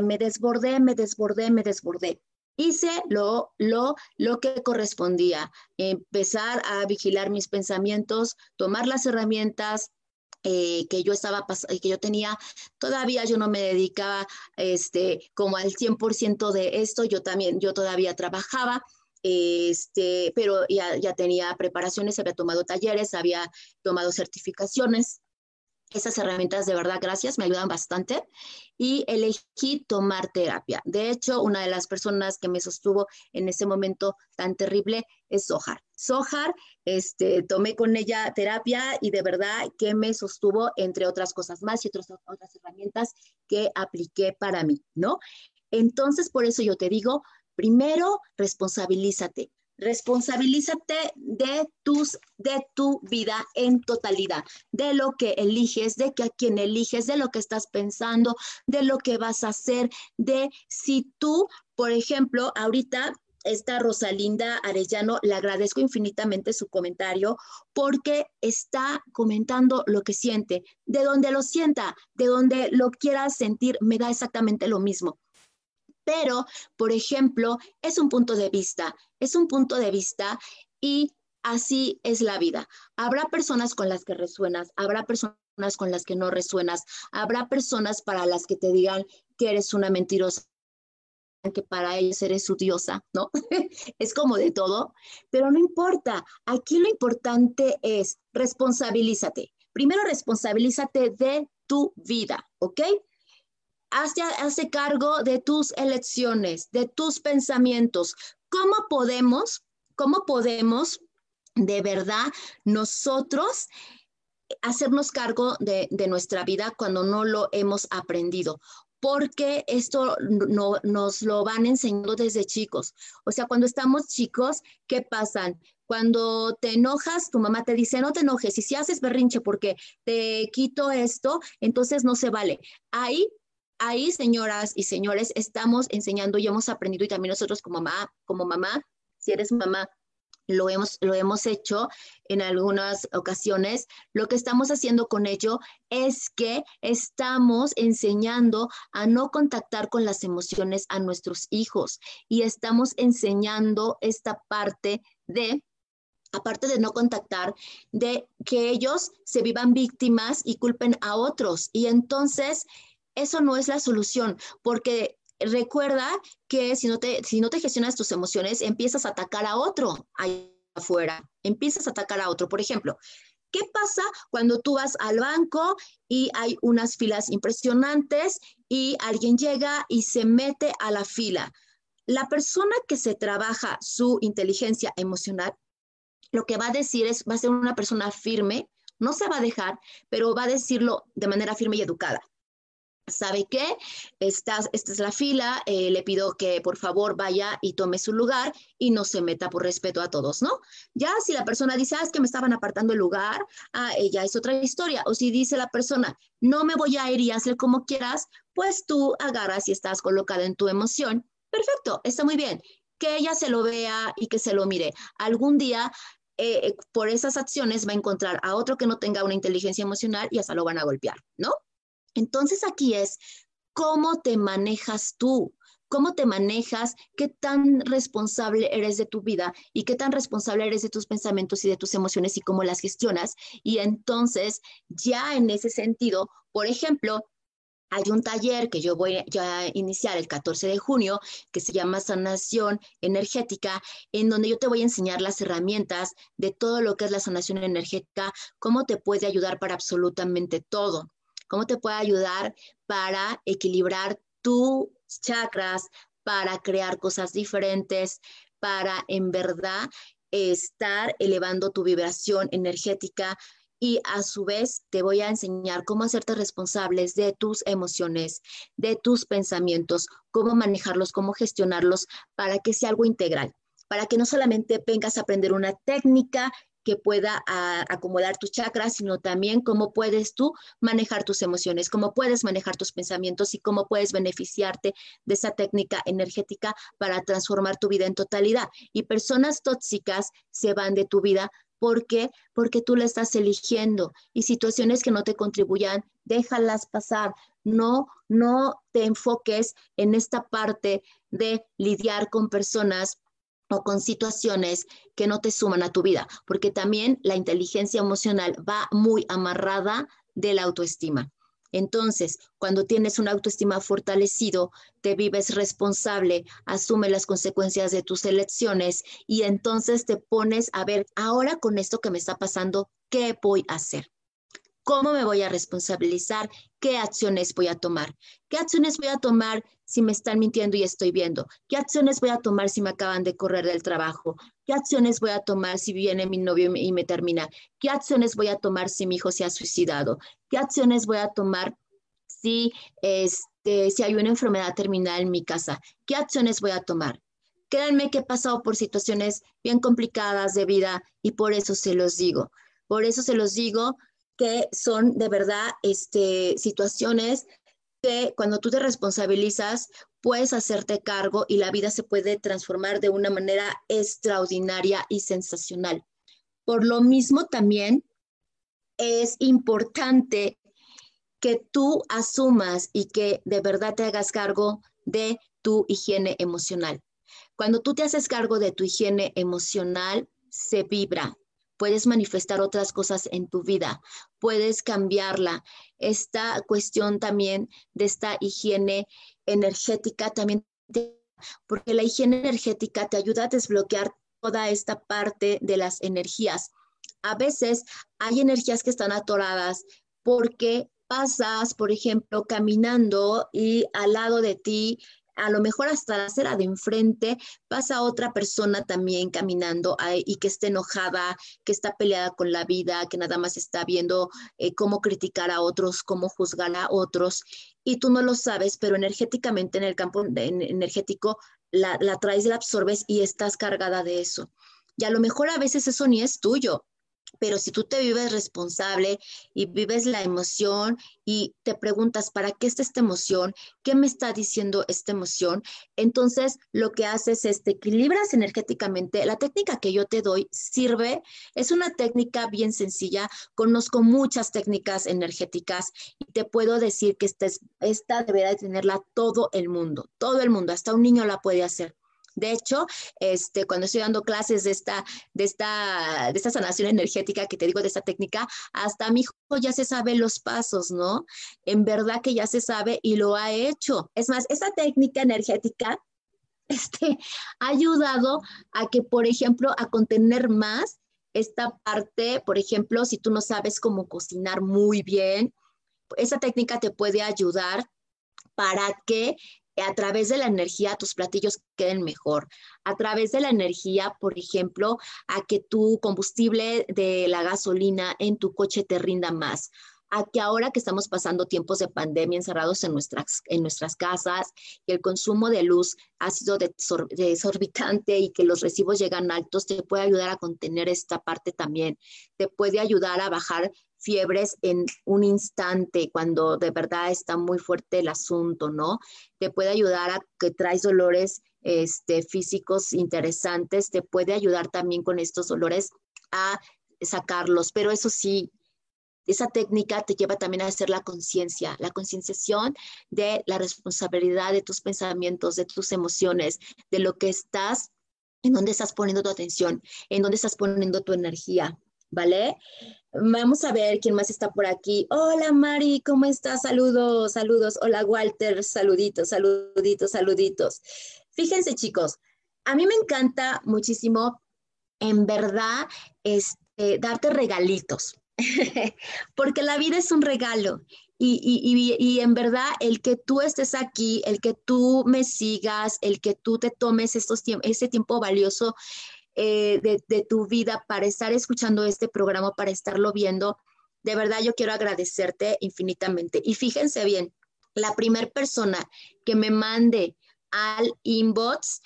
Hice lo que correspondía, empezar a vigilar mis pensamientos, tomar las herramientas que yo tenía. Todavía yo no me dedicaba como al 100% de esto, yo todavía trabajaba, pero ya tenía preparaciones, había tomado talleres, había tomado certificaciones. Esas herramientas, de verdad, gracias, me ayudan bastante, y elegí tomar terapia. De hecho, una de las personas que me sostuvo en ese momento tan terrible es Sohar. Sohar, tomé con ella terapia y de verdad que me sostuvo, entre otras cosas más y otras herramientas que apliqué para mí, ¿no? Entonces, por eso yo te digo, primero, responsabilízate. Responsabilízate de tu vida en totalidad, de lo que eliges, de que a quién eliges, de lo que estás pensando, de lo que vas a hacer, de si tú, por ejemplo, ahorita esta Rosalinda Arellano, le agradezco infinitamente su comentario porque está comentando lo que siente, de donde lo sienta, de donde lo quiera sentir, me da exactamente lo mismo. Pero, por ejemplo, es un punto de vista y así es la vida. Habrá personas con las que resuenas, habrá personas con las que no resuenas, habrá personas para las que te digan que eres una mentirosa, que para ellos eres su diosa, ¿no? Es como de todo, pero no importa. Aquí lo importante es responsabilízate. Primero responsabilízate de tu vida, ¿ok? Hazte cargo de tus elecciones, de tus pensamientos. ¿Cómo podemos de verdad nosotros hacernos cargo de nuestra vida cuando no lo hemos aprendido? Porque esto nos lo van enseñando desde chicos. O sea, cuando estamos chicos, ¿qué pasa? Cuando te enojas, tu mamá te dice, no te enojes, y si haces berrinche porque te quito esto, entonces no se vale. Ahí, señoras y señores, estamos enseñando y hemos aprendido, y también nosotros como mamá, si eres mamá, lo hemos hecho en algunas ocasiones. Lo que estamos haciendo con ello es que estamos enseñando a no contactar con las emociones a nuestros hijos, y estamos enseñando esta parte aparte de no contactar, de que ellos se vivan víctimas y culpen a otros. Y entonces eso no es la solución, porque recuerda que si no te gestionas tus emociones, empiezas a atacar a otro ahí afuera, empiezas a atacar a otro. Por ejemplo, ¿qué pasa cuando tú vas al banco y hay unas filas impresionantes y alguien llega y se mete a la fila? La persona que se trabaja su inteligencia emocional, lo que va a decir va a ser una persona firme, no se va a dejar, pero va a decirlo de manera firme y educada. ¿Sabe qué? Esta es la fila, le pido que por favor vaya y tome su lugar y no se meta, por respeto a todos, ¿no? Ya si la persona dice, es que me estaban apartando el lugar, ella es otra historia. O si dice la persona, no me voy a ir y hazle como quieras, pues tú agarras y estás colocada en tu emoción. Perfecto, está muy bien. Que ella se lo vea y que se lo mire. Algún día, por esas acciones va a encontrar a otro que no tenga una inteligencia emocional y hasta lo van a golpear, ¿no? Entonces aquí es, ¿cómo te manejas tú? ¿Cómo te manejas? ¿Qué tan responsable eres de tu vida? ¿Y qué tan responsable eres de tus pensamientos y de tus emociones y cómo las gestionas? Y entonces, ya en ese sentido, por ejemplo, Hay un taller que yo voy ya a iniciar el 14 de junio que se llama Sanación Energética, en donde yo te voy a enseñar las herramientas de todo lo que es la sanación energética, cómo te puede ayudar para absolutamente todo, cómo te puede ayudar para equilibrar tus chakras, para crear cosas diferentes, para en verdad estar elevando tu vibración energética y a su vez te voy a enseñar cómo hacerte responsables de tus emociones, de tus pensamientos, cómo manejarlos, cómo gestionarlos para que sea algo integral, para que no solamente vengas a aprender una técnica que pueda acomodar tus chakras, sino también cómo puedes tú manejar tus emociones, cómo puedes manejar tus pensamientos y cómo puedes beneficiarte de esa técnica energética para transformar tu vida en totalidad. Y personas tóxicas se van de tu vida. ¿Por qué? Porque tú la estás eligiendo y situaciones que no te contribuyan, déjalas pasar. No te enfoques en esta parte de lidiar con personas o con situaciones que no te suman a tu vida, porque también la inteligencia emocional va muy amarrada de la autoestima. Entonces, cuando tienes una autoestima fortalecido, te vives responsable, asume las consecuencias de tus elecciones y entonces te pones a ver, ahora con esto que me está pasando, ¿qué voy a hacer? ¿Cómo me voy a responsabilizar? ¿Qué acciones voy a tomar? ¿Qué acciones voy a tomar si me están mintiendo y estoy viendo? ¿Qué acciones voy a tomar si me acaban de correr del trabajo? ¿Qué acciones voy a tomar si viene mi novio y me termina? ¿Qué acciones voy a tomar si mi hijo se ha suicidado? ¿Qué acciones voy a tomar si hay una enfermedad terminal en mi casa? ¿Qué acciones voy a tomar? Créanme que he pasado por situaciones bien complicadas de vida y por eso se los digo. Por eso se los digo que son de verdad situaciones que cuando tú te responsabilizas puedes hacerte cargo y la vida se puede transformar de una manera extraordinaria y sensacional. Por lo mismo también es importante que tú asumas y que de verdad te hagas cargo de tu higiene emocional. Cuando tú te haces cargo de tu higiene emocional, se vibra. Puedes manifestar otras cosas en tu vida, puedes cambiarla. Esta cuestión también de esta higiene energética también, porque la higiene energética te ayuda a desbloquear toda esta parte de las energías. A veces hay energías que están atoradas porque pasas, por ejemplo, caminando y al lado de ti, a lo mejor hasta la acera de enfrente, pasa otra persona también caminando y que esté enojada, que está peleada con la vida, que nada más está viendo cómo criticar a otros, cómo juzgar a otros, y tú no lo sabes, pero energéticamente en el campo energético la traes, la absorbes y estás cargada de eso. Y a lo mejor a veces eso ni es tuyo. Pero si tú te vives responsable y vives la emoción y te preguntas, ¿para qué está esta emoción? ¿Qué me está diciendo esta emoción? Entonces, lo que haces es te equilibras energéticamente. La técnica que yo te doy sirve, es una técnica bien sencilla. Conozco muchas técnicas energéticas y te puedo decir que esta deberá de tenerla todo el mundo, hasta un niño la puede hacer. De hecho, cuando estoy dando clases de esta sanación energética que te digo, de esta técnica, hasta mi hijo ya se sabe los pasos, ¿no? En verdad que ya se sabe y lo ha hecho. Es más, esta técnica energética ha ayudado a que, por ejemplo, a contener más esta parte. Por ejemplo, si tú no sabes cómo cocinar muy bien, esa técnica te puede ayudar para que a través de la energía tus platillos queden mejor. A través de la energía, por ejemplo, a que tu combustible de la gasolina en tu coche te rinda más. A que ahora que estamos pasando tiempos de pandemia encerrados en nuestras casas y el consumo de luz ha sido desorbitante y que los recibos llegan altos, te puede ayudar a contener esta parte también. Te puede ayudar a bajar fiebres en un instante cuando de verdad está muy fuerte el asunto, ¿no? Te puede ayudar a que traes dolores físicos interesantes, te puede ayudar también con estos dolores a sacarlos, pero eso sí, esa técnica te lleva también a hacer la concienciación de la responsabilidad de tus pensamientos, de tus emociones, de lo que estás, en dónde estás poniendo tu atención, en dónde estás poniendo tu energía. ¿vale? Vamos a ver quién más está por aquí. Hola Mari, ¿cómo estás? Saludos, saludos. Hola Walter, saluditos, saluditos, saluditos. Fíjense chicos, a mí me encanta muchísimo, en verdad, darte regalitos, porque la vida es un regalo. Y en verdad, el que tú estés aquí, el que tú me sigas, el que tú te tomes ese tiempo valioso de tu vida para estar escuchando este programa, para estarlo viendo. De verdad, yo quiero agradecerte infinitamente. Y fíjense bien, la primera persona que me mande al inbox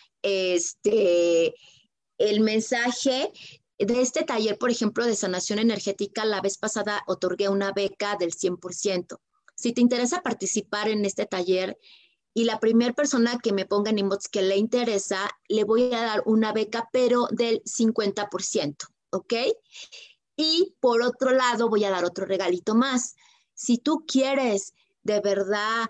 el mensaje de este taller, por ejemplo, de sanación energética, la vez pasada otorgué una beca del 100%. Si te interesa participar en este taller, y la primera persona que me ponga en inbox que le interesa, le voy a dar una beca, pero del 50%, ¿ok? Y por otro lado, voy a dar otro regalito más. Si tú quieres de verdad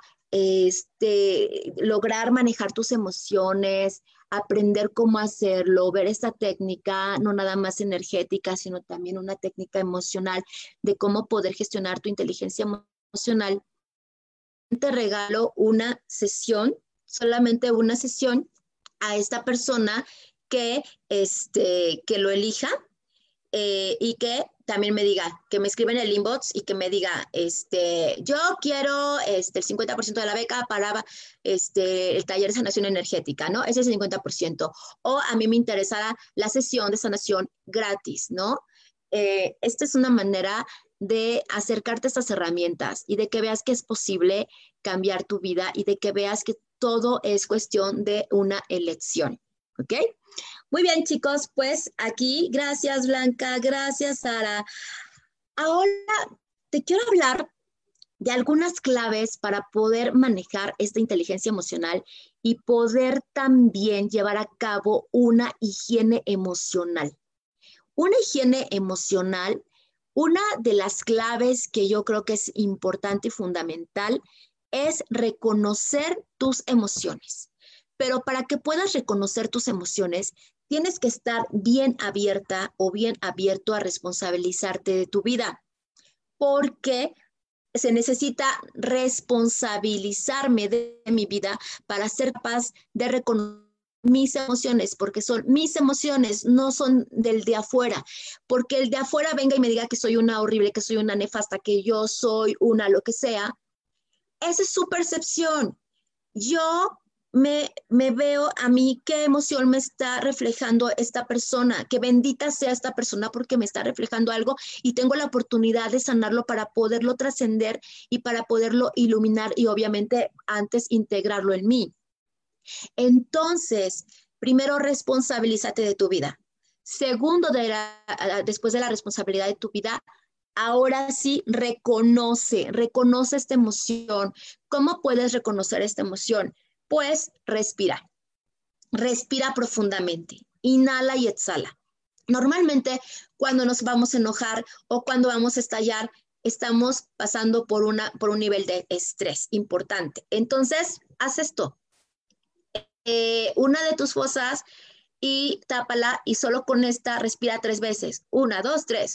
lograr manejar tus emociones, aprender cómo hacerlo, ver esta técnica, no nada más energética, sino también una técnica emocional de cómo poder gestionar tu inteligencia emocional, te regalo una sesión, solamente una sesión a esta persona que lo elija y que también me diga, que me escriba en el inbox y que me diga, yo quiero el 50% de la beca para el taller de sanación energética, ¿no? Ese es el 50%. O a mí me interesa la sesión de sanación gratis, ¿no? Esta es una manera de acercarte a estas herramientas y de que veas que es posible cambiar tu vida y de que veas que todo es cuestión de una elección, ¿ok? Muy bien, chicos, pues aquí, gracias Blanca, gracias Sara. Ahora te quiero hablar de algunas claves para poder manejar esta inteligencia emocional y poder también llevar a cabo una higiene emocional. Una higiene emocional, una de las claves que yo creo que es importante y fundamental es reconocer tus emociones. Pero para que puedas reconocer tus emociones, tienes que estar bien abierta o bien abierto a responsabilizarte de tu vida, porque se necesita responsabilizarme de mi vida para ser capaz de reconocer mis emociones, porque son mis emociones, no son del de afuera, porque el de afuera venga y me diga que soy una horrible, que soy una nefasta, que yo soy una lo que sea, esa es su percepción. Yo me veo a mí qué emoción me está reflejando esta persona, que bendita sea esta persona porque me está reflejando algo y tengo la oportunidad de sanarlo para poderlo trascender y para poderlo iluminar y obviamente antes integrarlo en mí. Entonces, primero, responsabilízate de tu vida. Segundo, después de la responsabilidad de tu vida, ahora sí, reconoce esta emoción. ¿Cómo puedes reconocer esta emoción? Pues respira profundamente, inhala y exhala. Normalmente, cuando nos vamos a enojar o cuando vamos a estallar, estamos pasando por un nivel de estrés importante. Entonces, haz esto. Una de tus fosas y tápala y solo con esta respira 3 veces. 1, 2, 3.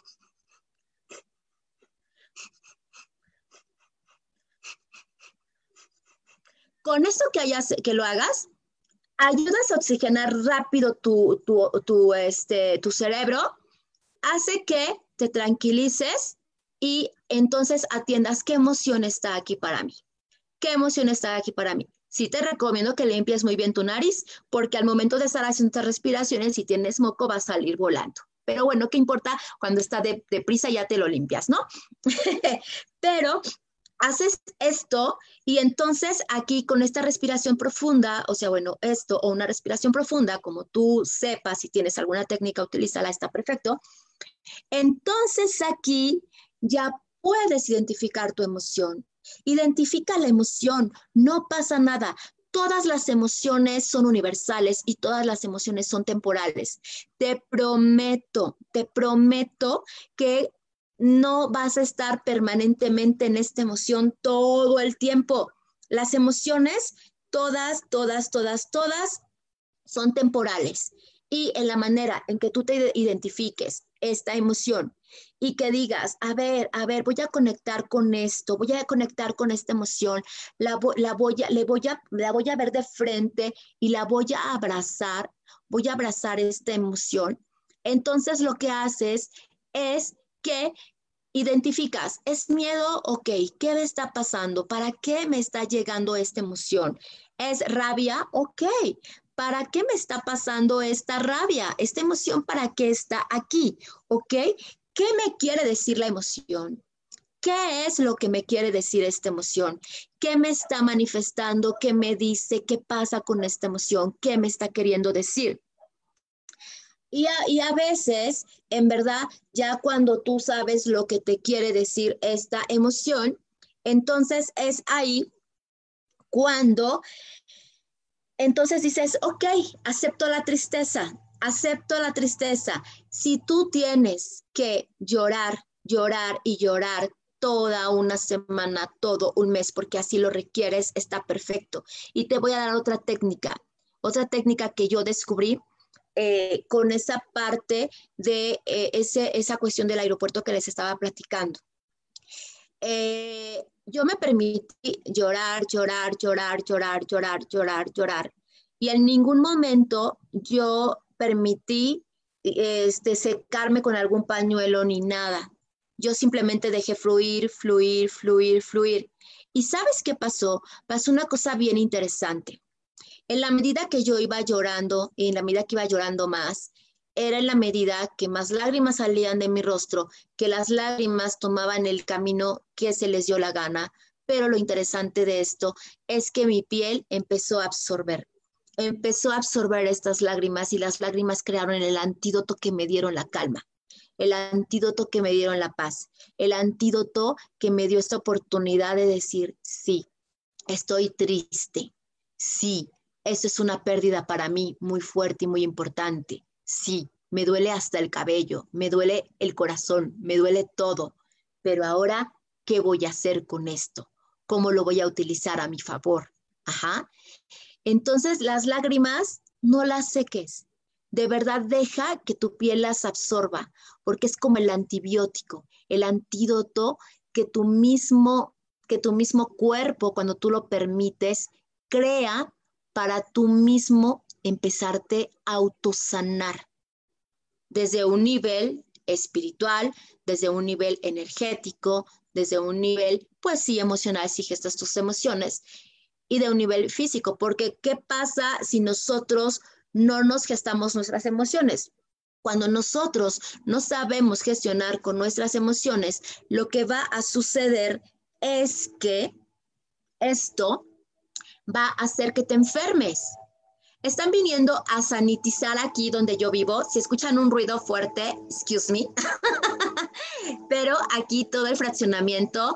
Con esto que lo hagas, ayudas a oxigenar rápido tu cerebro, hace que te tranquilices y entonces atiendas qué emoción está aquí para mí. ¿Qué emoción está aquí para mí? Sí te recomiendo que limpies muy bien tu nariz, porque al momento de estar haciendo estas respiraciones, si tienes moco, va a salir volando. Pero bueno, ¿qué importa? Cuando está deprisa ya te lo limpias, ¿no? Pero haces esto y entonces aquí con esta respiración profunda, o sea, bueno, esto o una respiración profunda, como tú sepas, si tienes alguna técnica, utilízala, está perfecto. Entonces aquí ya puedes identificar tu emoción. Identifica la emoción, no pasa nada. Todas las emociones son universales y todas las emociones son temporales. Te prometo que no vas a estar permanentemente en esta emoción todo el tiempo. Las emociones, todas son temporales. Y en la manera en que tú te identifiques esta emoción y que digas, a ver, voy a conectar con esto, voy a conectar con esta emoción, la voy a ver de frente y la voy a abrazar esta emoción. Entonces lo que haces es que identificas, ¿es miedo? Ok, ¿qué me está pasando? ¿Para qué me está llegando esta emoción? ¿Es rabia? Ok, ¿para qué me está pasando esta rabia? ¿Esta emoción para qué está aquí? Ok, ¿qué me quiere decir la emoción? ¿Qué es lo que me quiere decir esta emoción? ¿Qué me está manifestando? ¿Qué me dice? ¿Qué pasa con esta emoción? ¿Qué me está queriendo decir? Y a veces, en verdad, ya cuando tú sabes lo que te quiere decir esta emoción, entonces es ahí cuando, entonces dices, ok, acepto la tristeza. Si tú tienes que llorar y llorar toda una semana, todo un mes, porque así lo requieres, está perfecto. Y te voy a dar otra técnica que yo descubrí con esa parte de esa cuestión del aeropuerto que les estaba platicando. Yo me permití llorar. Y en ningún momento yo permití secarme con algún pañuelo ni nada. Yo simplemente dejé fluir. ¿Y sabes qué pasó? Pasó una cosa bien interesante. En la medida que yo iba llorando y en la medida que iba llorando más, era en la medida que más lágrimas salían de mi rostro, que las lágrimas tomaban el camino que se les dio la gana. Pero lo interesante de esto es que mi piel empezó a absorber estas lágrimas y las lágrimas crearon el antídoto que me dieron la calma, el antídoto que me dieron la paz, el antídoto que me dio esta oportunidad de decir, sí, estoy triste, sí, eso es una pérdida para mí muy fuerte y muy importante. Sí, me duele hasta el cabello, me duele el corazón, me duele todo. Pero ahora, ¿qué voy a hacer con esto? ¿Cómo lo voy a utilizar a mi favor? Ajá. Entonces, las lágrimas no las seques. De verdad, deja que tu piel las absorba, porque es como el antibiótico, el antídoto que tu mismo cuerpo, cuando tú lo permites, crea para tú mismo empezarte a autosanar desde un nivel espiritual, desde un nivel energético, desde un nivel, pues sí, emocional, si gestas tus emociones, y de un nivel físico, porque ¿qué pasa si nosotros no nos gestamos nuestras emociones? Cuando nosotros no sabemos gestionar con nuestras emociones, lo que va a suceder es que esto va a hacer que te enfermes. Están viniendo a sanitizar aquí donde yo vivo. Si escuchan un ruido fuerte, excuse me. Pero aquí todo el fraccionamiento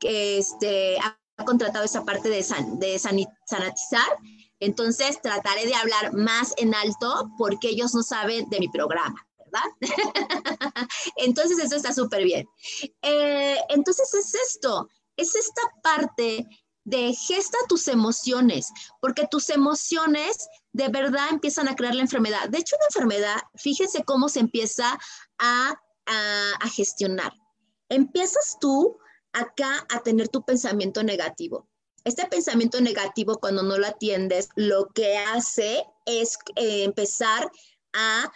ha contratado esa parte de sanitizar. Entonces trataré de hablar más en alto porque ellos no saben de mi programa, ¿verdad? Entonces eso está súper bien. Entonces es esta parte de gesta tus emociones, porque tus emociones de verdad empiezan a crear la enfermedad. De hecho, una enfermedad, fíjense cómo se empieza a gestionar. Empiezas tú acá a tener tu pensamiento negativo. Este pensamiento negativo, cuando no lo atiendes, lo que hace es empezar a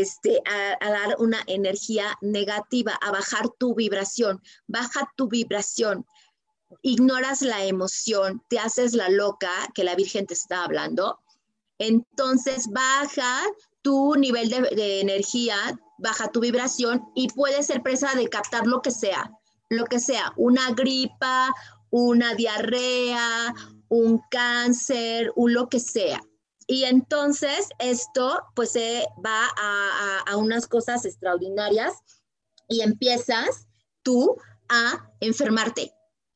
dar una energía negativa, a bajar tu vibración. Baja tu vibración. Ignoras la emoción, te haces la loca, que la Virgen te está hablando, entonces baja tu nivel de energía, baja tu vibración y puedes ser presa de captar lo que sea, una gripa, una diarrea, un cáncer, lo que sea. Y entonces esto pues va a unas cosas extraordinarias y empiezas tú a enfermarte.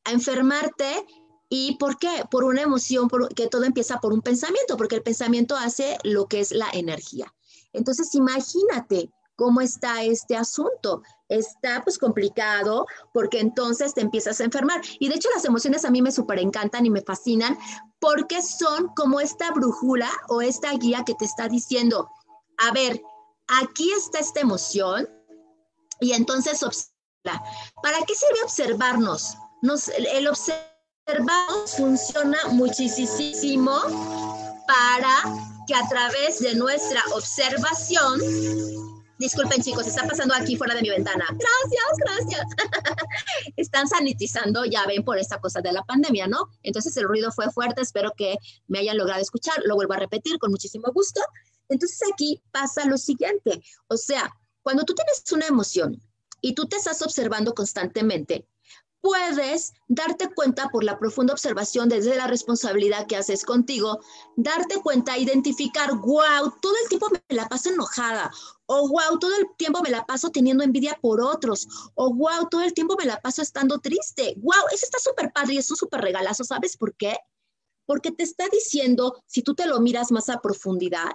¿Y por qué? Por una emoción, que todo empieza por un pensamiento, porque el pensamiento hace lo que es la energía. Entonces, imagínate cómo está este asunto. Está pues complicado porque entonces te empiezas a enfermar. Y de hecho las emociones a mí me súper encantan y me fascinan porque son como esta brújula o esta guía que te está diciendo, a ver, aquí está esta emoción y entonces observa. ¿Para qué sirve observarnos? El observarnos funciona muchísimo para que a través de nuestra observación, disculpen chicos, está pasando aquí fuera de mi ventana. Gracias. Están sanitizando, ya ven, por esta cosa de la pandemia, ¿no? Entonces el ruido fue fuerte, espero que me hayan logrado escuchar, lo vuelvo a repetir con muchísimo gusto. Entonces aquí pasa lo siguiente, o sea, cuando tú tienes una emoción y tú te estás observando constantemente, puedes darte cuenta por la profunda observación desde la responsabilidad que haces contigo, darte cuenta, identificar, wow, todo el tiempo me la paso enojada, o wow, todo el tiempo me la paso teniendo envidia por otros, o wow, todo el tiempo me la paso estando triste. Wow, eso está súper padre y es un súper regalazo. ¿Sabes por qué? Porque te está diciendo, si tú te lo miras más a profundidad,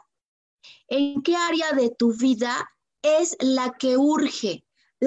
en qué área de tu vida es la que urge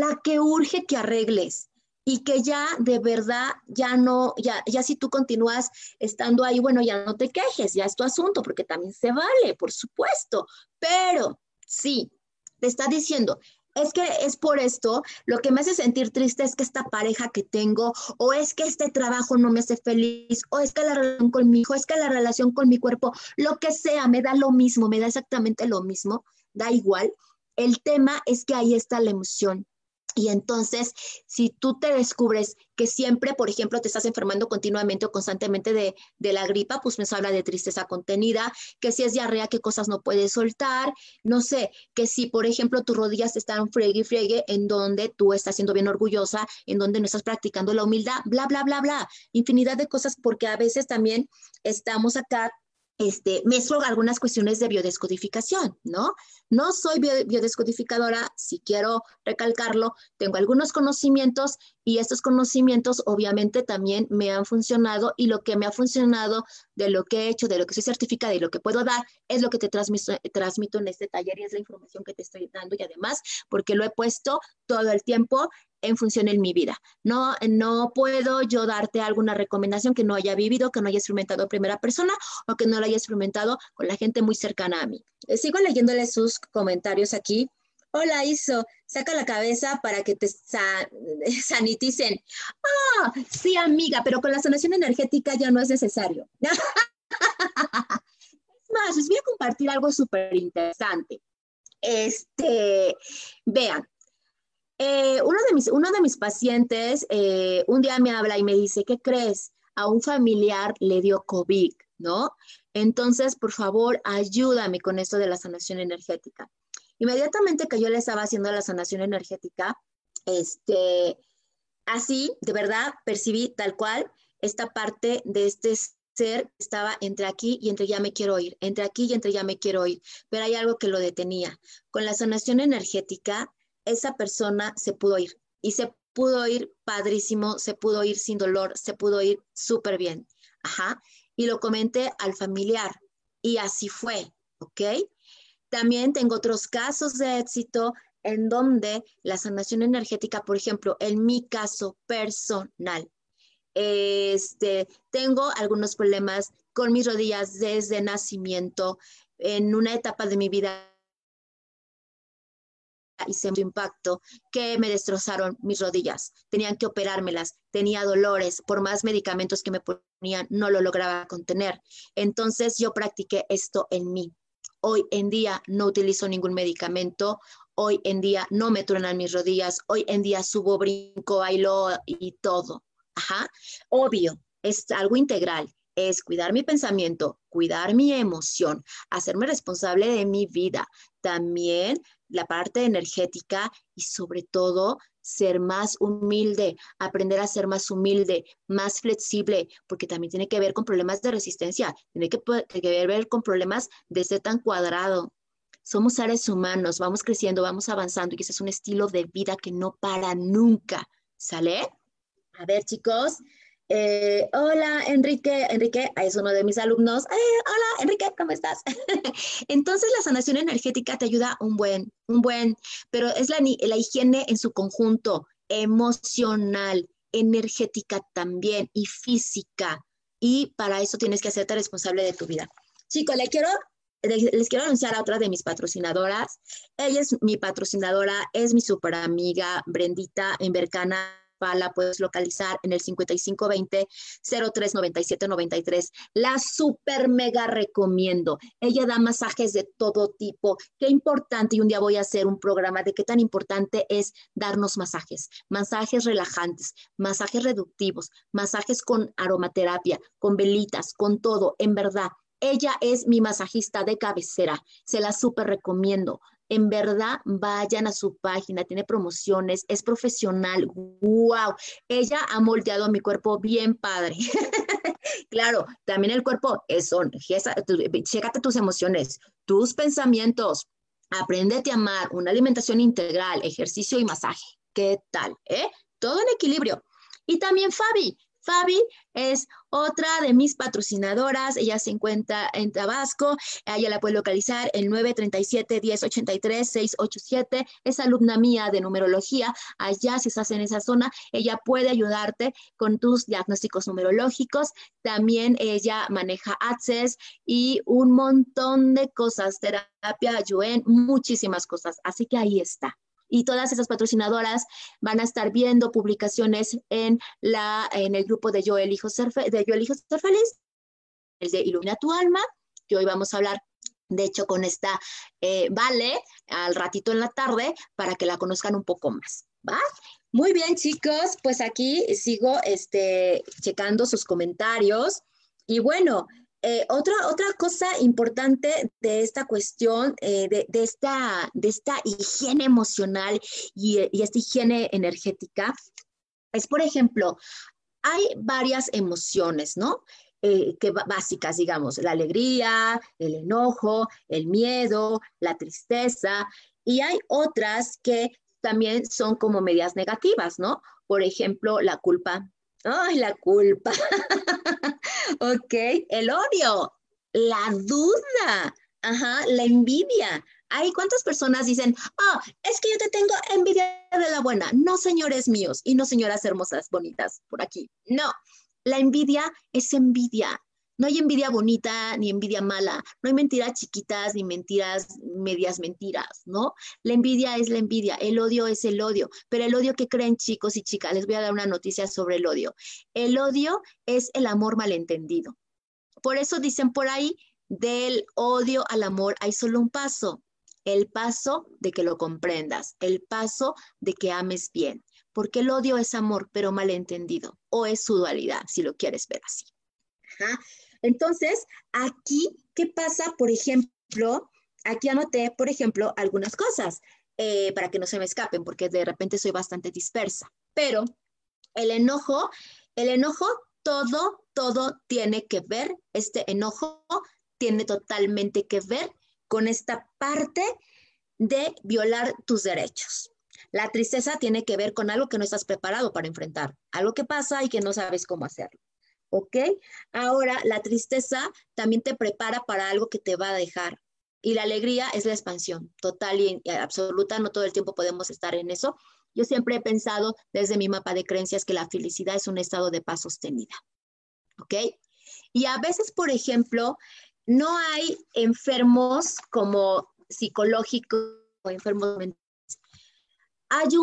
que arregles. Y que ya de verdad, ya si tú continúas estando ahí, bueno, ya no te quejes, ya es tu asunto, porque también se vale, por supuesto. Pero sí, te está diciendo, es que es por esto, lo que me hace sentir triste es que esta pareja que tengo, o es que este trabajo no me hace feliz, o es que la relación con mi hijo, es que la relación con mi cuerpo, lo que sea, me da lo mismo, me da exactamente lo mismo, da igual. El tema es que ahí está la emoción. Y entonces, si tú te descubres que siempre, por ejemplo, te estás enfermando continuamente o constantemente de la gripa, pues me habla de tristeza contenida, que si es diarrea, qué cosas no puedes soltar, no sé, que si, por ejemplo, tus rodillas te están friegue, en donde tú estás siendo bien orgullosa, en donde no estás practicando la humildad, bla, bla, bla, bla, infinidad de cosas, porque a veces también estamos acá, mezclo algunas cuestiones de biodescodificación, ¿no? No soy biodescodificadora, si quiero recalcarlo, tengo algunos conocimientos y estos conocimientos obviamente también me han funcionado y lo que me ha funcionado de lo que he hecho, de lo que soy certificada y lo que puedo dar es lo que te transmito en este taller y es la información que te estoy dando y además porque lo he puesto todo el tiempo en función en mi vida. No puedo yo darte alguna recomendación que no haya vivido, que no haya experimentado en primera persona o que no lo haya experimentado con la gente muy cercana a mí. Sigo leyéndole sus comentarios aquí. Hola, Iso, saca la cabeza para que te saniticen. Ah, sí, amiga, pero con la sanación energética ya no es necesario. Es más, les voy a compartir algo súper interesante. Vean, uno de mis pacientes un día me habla y me dice, ¿qué crees? A un familiar le dio COVID, ¿no? Entonces, por favor, ayúdame con esto de la sanación energética. Inmediatamente que yo le estaba haciendo la sanación energética, así, de verdad, percibí tal cual esta parte de este ser que estaba entre aquí y entre ya me quiero ir, entre aquí y entre ya me quiero ir, pero hay algo que lo detenía. Con la sanación energética, esa persona se pudo ir y se pudo ir padrísimo, se pudo ir sin dolor, se pudo ir súper bien. Ajá. Y lo comenté al familiar y así fue, ¿ok? También tengo otros casos de éxito en donde la sanación energética, por ejemplo, en mi caso personal, tengo algunos problemas con mis rodillas desde nacimiento. En una etapa de mi vida hice un impacto que me destrozaron mis rodillas. Tenían que operármelas, tenía dolores, por más medicamentos que me ponían, no lo lograba contener. Entonces yo practiqué esto en mí. Hoy en día no utilizo ningún medicamento, hoy en día no me truenan mis rodillas, hoy en día subo, brinco, bailo y todo. Ajá. Obvio, es algo integral. Es cuidar mi pensamiento, cuidar mi emoción, hacerme responsable de mi vida. También la parte energética y sobre todo ser más humilde, aprender a ser más humilde, más flexible, porque también tiene que ver con problemas de resistencia, tiene que ver con problemas de ser tan cuadrado. Somos seres humanos, vamos creciendo, vamos avanzando y ese es un estilo de vida que no para nunca, ¿sale? A ver, chicos. Hola, Enrique es uno de mis alumnos. Hola, Enrique, ¿cómo estás? Entonces, la sanación energética te ayuda un buen, pero es la higiene en su conjunto, emocional, energética también y física. Y para eso tienes que hacerte responsable de tu vida. Chicos, le quiero les quiero anunciar a otra de mis patrocinadoras. Ella es mi patrocinadora, es mi súper amiga, Brendita en Bercana. La puedes localizar en el 5520-039793. La súper mega recomiendo. Ella da masajes de todo tipo. Qué importante, y un día voy a hacer un programa de qué tan importante es darnos masajes. Masajes relajantes, masajes reductivos, masajes con aromaterapia, con velitas, con todo, en verdad. Ella es mi masajista de cabecera. Se la súper recomiendo. En verdad, vayan a su página, tiene promociones, es profesional. ¡Wow! Ella ha moldeado mi cuerpo bien padre. Claro, también el cuerpo chécate tus emociones, tus pensamientos. Apréndete a amar, una alimentación integral, ejercicio y masaje. ¿Qué tal? Todo en equilibrio. Y también Fabi. Fabi es otra de mis patrocinadoras. Ella se encuentra en Tabasco. Ella la puede localizar en 937-1083-687. Es alumna mía de numerología. Allá, si estás en esa zona, ella puede ayudarte con tus diagnósticos numerológicos. También ella maneja Access y un montón de cosas. Terapia, Yuen, muchísimas cosas. Así que ahí está. Y todas esas patrocinadoras van a estar viendo publicaciones en el grupo de Yo Elijo Ser Feliz, el de Ilumina tu Alma, que hoy vamos a hablar, de hecho, con esta Vale, al ratito en la tarde, para que la conozcan un poco más, ¿va? Muy bien, chicos, pues aquí sigo checando sus comentarios. Y bueno, otra cosa importante de esta cuestión, de esta higiene emocional y esta higiene energética, es, por ejemplo, hay varias emociones, ¿no? Básicas, digamos, la alegría, el enojo, el miedo, la tristeza, y hay otras que también son como medias negativas, ¿no? Por ejemplo, la culpa. ¡Ay, la culpa! Ok, el odio, la duda, ajá, la envidia. Hay cuántas personas dicen, es que yo te tengo envidia de la buena. No, señores míos, y no, señoras hermosas, bonitas, por aquí. No, la envidia es envidia. No hay envidia bonita ni envidia mala. No hay mentiras chiquitas ni mentiras, medias mentiras, ¿no? La envidia es la envidia. El odio es el odio. Pero el odio, ¿qué creen, chicos y chicas? Les voy a dar una noticia sobre el odio. El odio es el amor malentendido. Por eso dicen por ahí, del odio al amor hay solo un paso. El paso de que lo comprendas. El paso de que ames bien. Porque el odio es amor, pero malentendido. O es su dualidad, si lo quieres ver así. Ajá. Entonces, aquí, ¿qué pasa? Por ejemplo, aquí anoté, por ejemplo, algunas cosas para que no se me escapen, porque de repente soy bastante dispersa. Pero el enojo, todo tiene que ver, este enojo tiene totalmente que ver con esta parte de violar tus derechos. La tristeza tiene que ver con algo que no estás preparado para enfrentar, algo que pasa y que no sabes cómo hacerlo. ¿Ok? Ahora, la tristeza también te prepara para algo que te va a dejar. Y la alegría es la expansión total y absoluta. No todo el tiempo podemos estar en eso. Yo siempre he pensado desde mi mapa de creencias que la felicidad es un estado de paz sostenida. ¿Ok? Y a veces, por ejemplo, no hay enfermos como psicológicos o enfermos mentales. Hay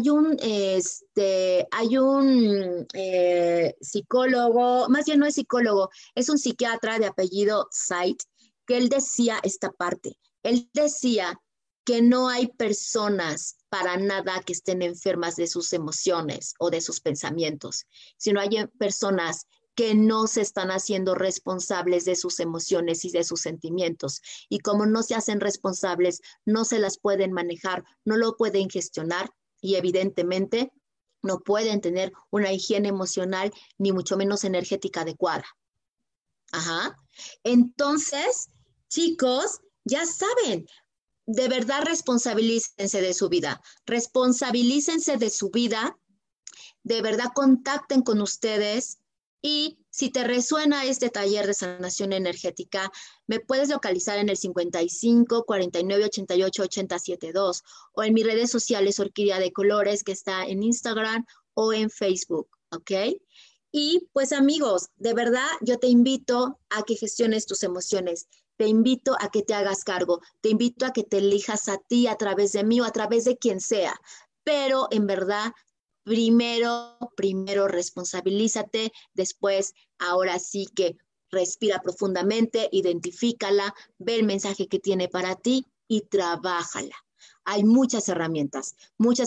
un psicólogo, más bien no es psicólogo, es un psiquiatra de apellido Said, que él decía esta parte. Él decía que no hay personas para nada que estén enfermas de sus emociones o de sus pensamientos, sino hay personas que no se están haciendo responsables de sus emociones y de sus sentimientos. Y como no se hacen responsables, no se las pueden manejar, no lo pueden gestionar y evidentemente no pueden tener una higiene emocional ni mucho menos energética adecuada. Ajá. Entonces, chicos, ya saben, de verdad responsabilícense de su vida, responsabilícense de su vida, de verdad contacten con ustedes. Y si te resuena este taller de sanación energética, me puedes localizar en el 55 49 88 80 72 o en mis redes sociales Orquídea de Colores, que está en Instagram o en Facebook, ¿ok? Y pues amigos, de verdad yo te invito a que gestiones tus emociones. te invito a que te hagas cargo, te invito a que te elijas a ti a través de mí o a través de quien sea, pero en verdad, primero responsabilízate, después, ahora sí que respira profundamente, identifícala, ve el mensaje que tiene para ti y trabájala. Hay muchas herramientas,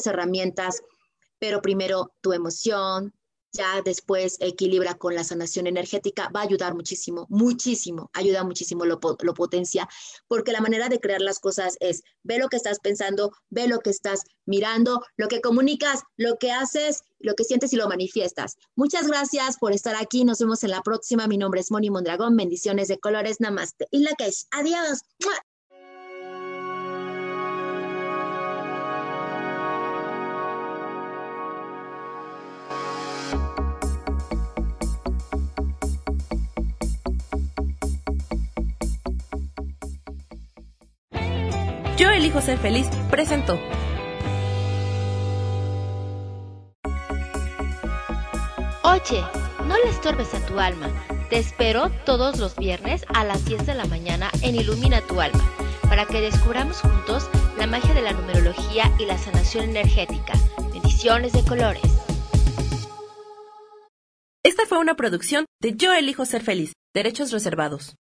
pero primero tu emoción, ya después equilibra con la sanación energética, va a ayudar muchísimo, ayuda muchísimo, lo potencia, porque la manera de crear las cosas es, ve lo que estás pensando, ve lo que estás mirando, lo que comunicas, lo que haces, lo que sientes y lo manifiestas. Muchas gracias por estar aquí, nos vemos en la próxima. Mi nombre es Moni Mondragón, bendiciones de colores, namaste y Lakesh, adiós. ¡Mua! Yo elijo ser feliz presentó. Oye, no le estorbes a tu alma. Te espero todos los viernes a las 10 de la mañana en Ilumina tu alma, para que descubramos juntos la magia de la numerología y la sanación energética. Bendiciones de colores. Esta fue una producción de Yo elijo ser feliz. Derechos reservados.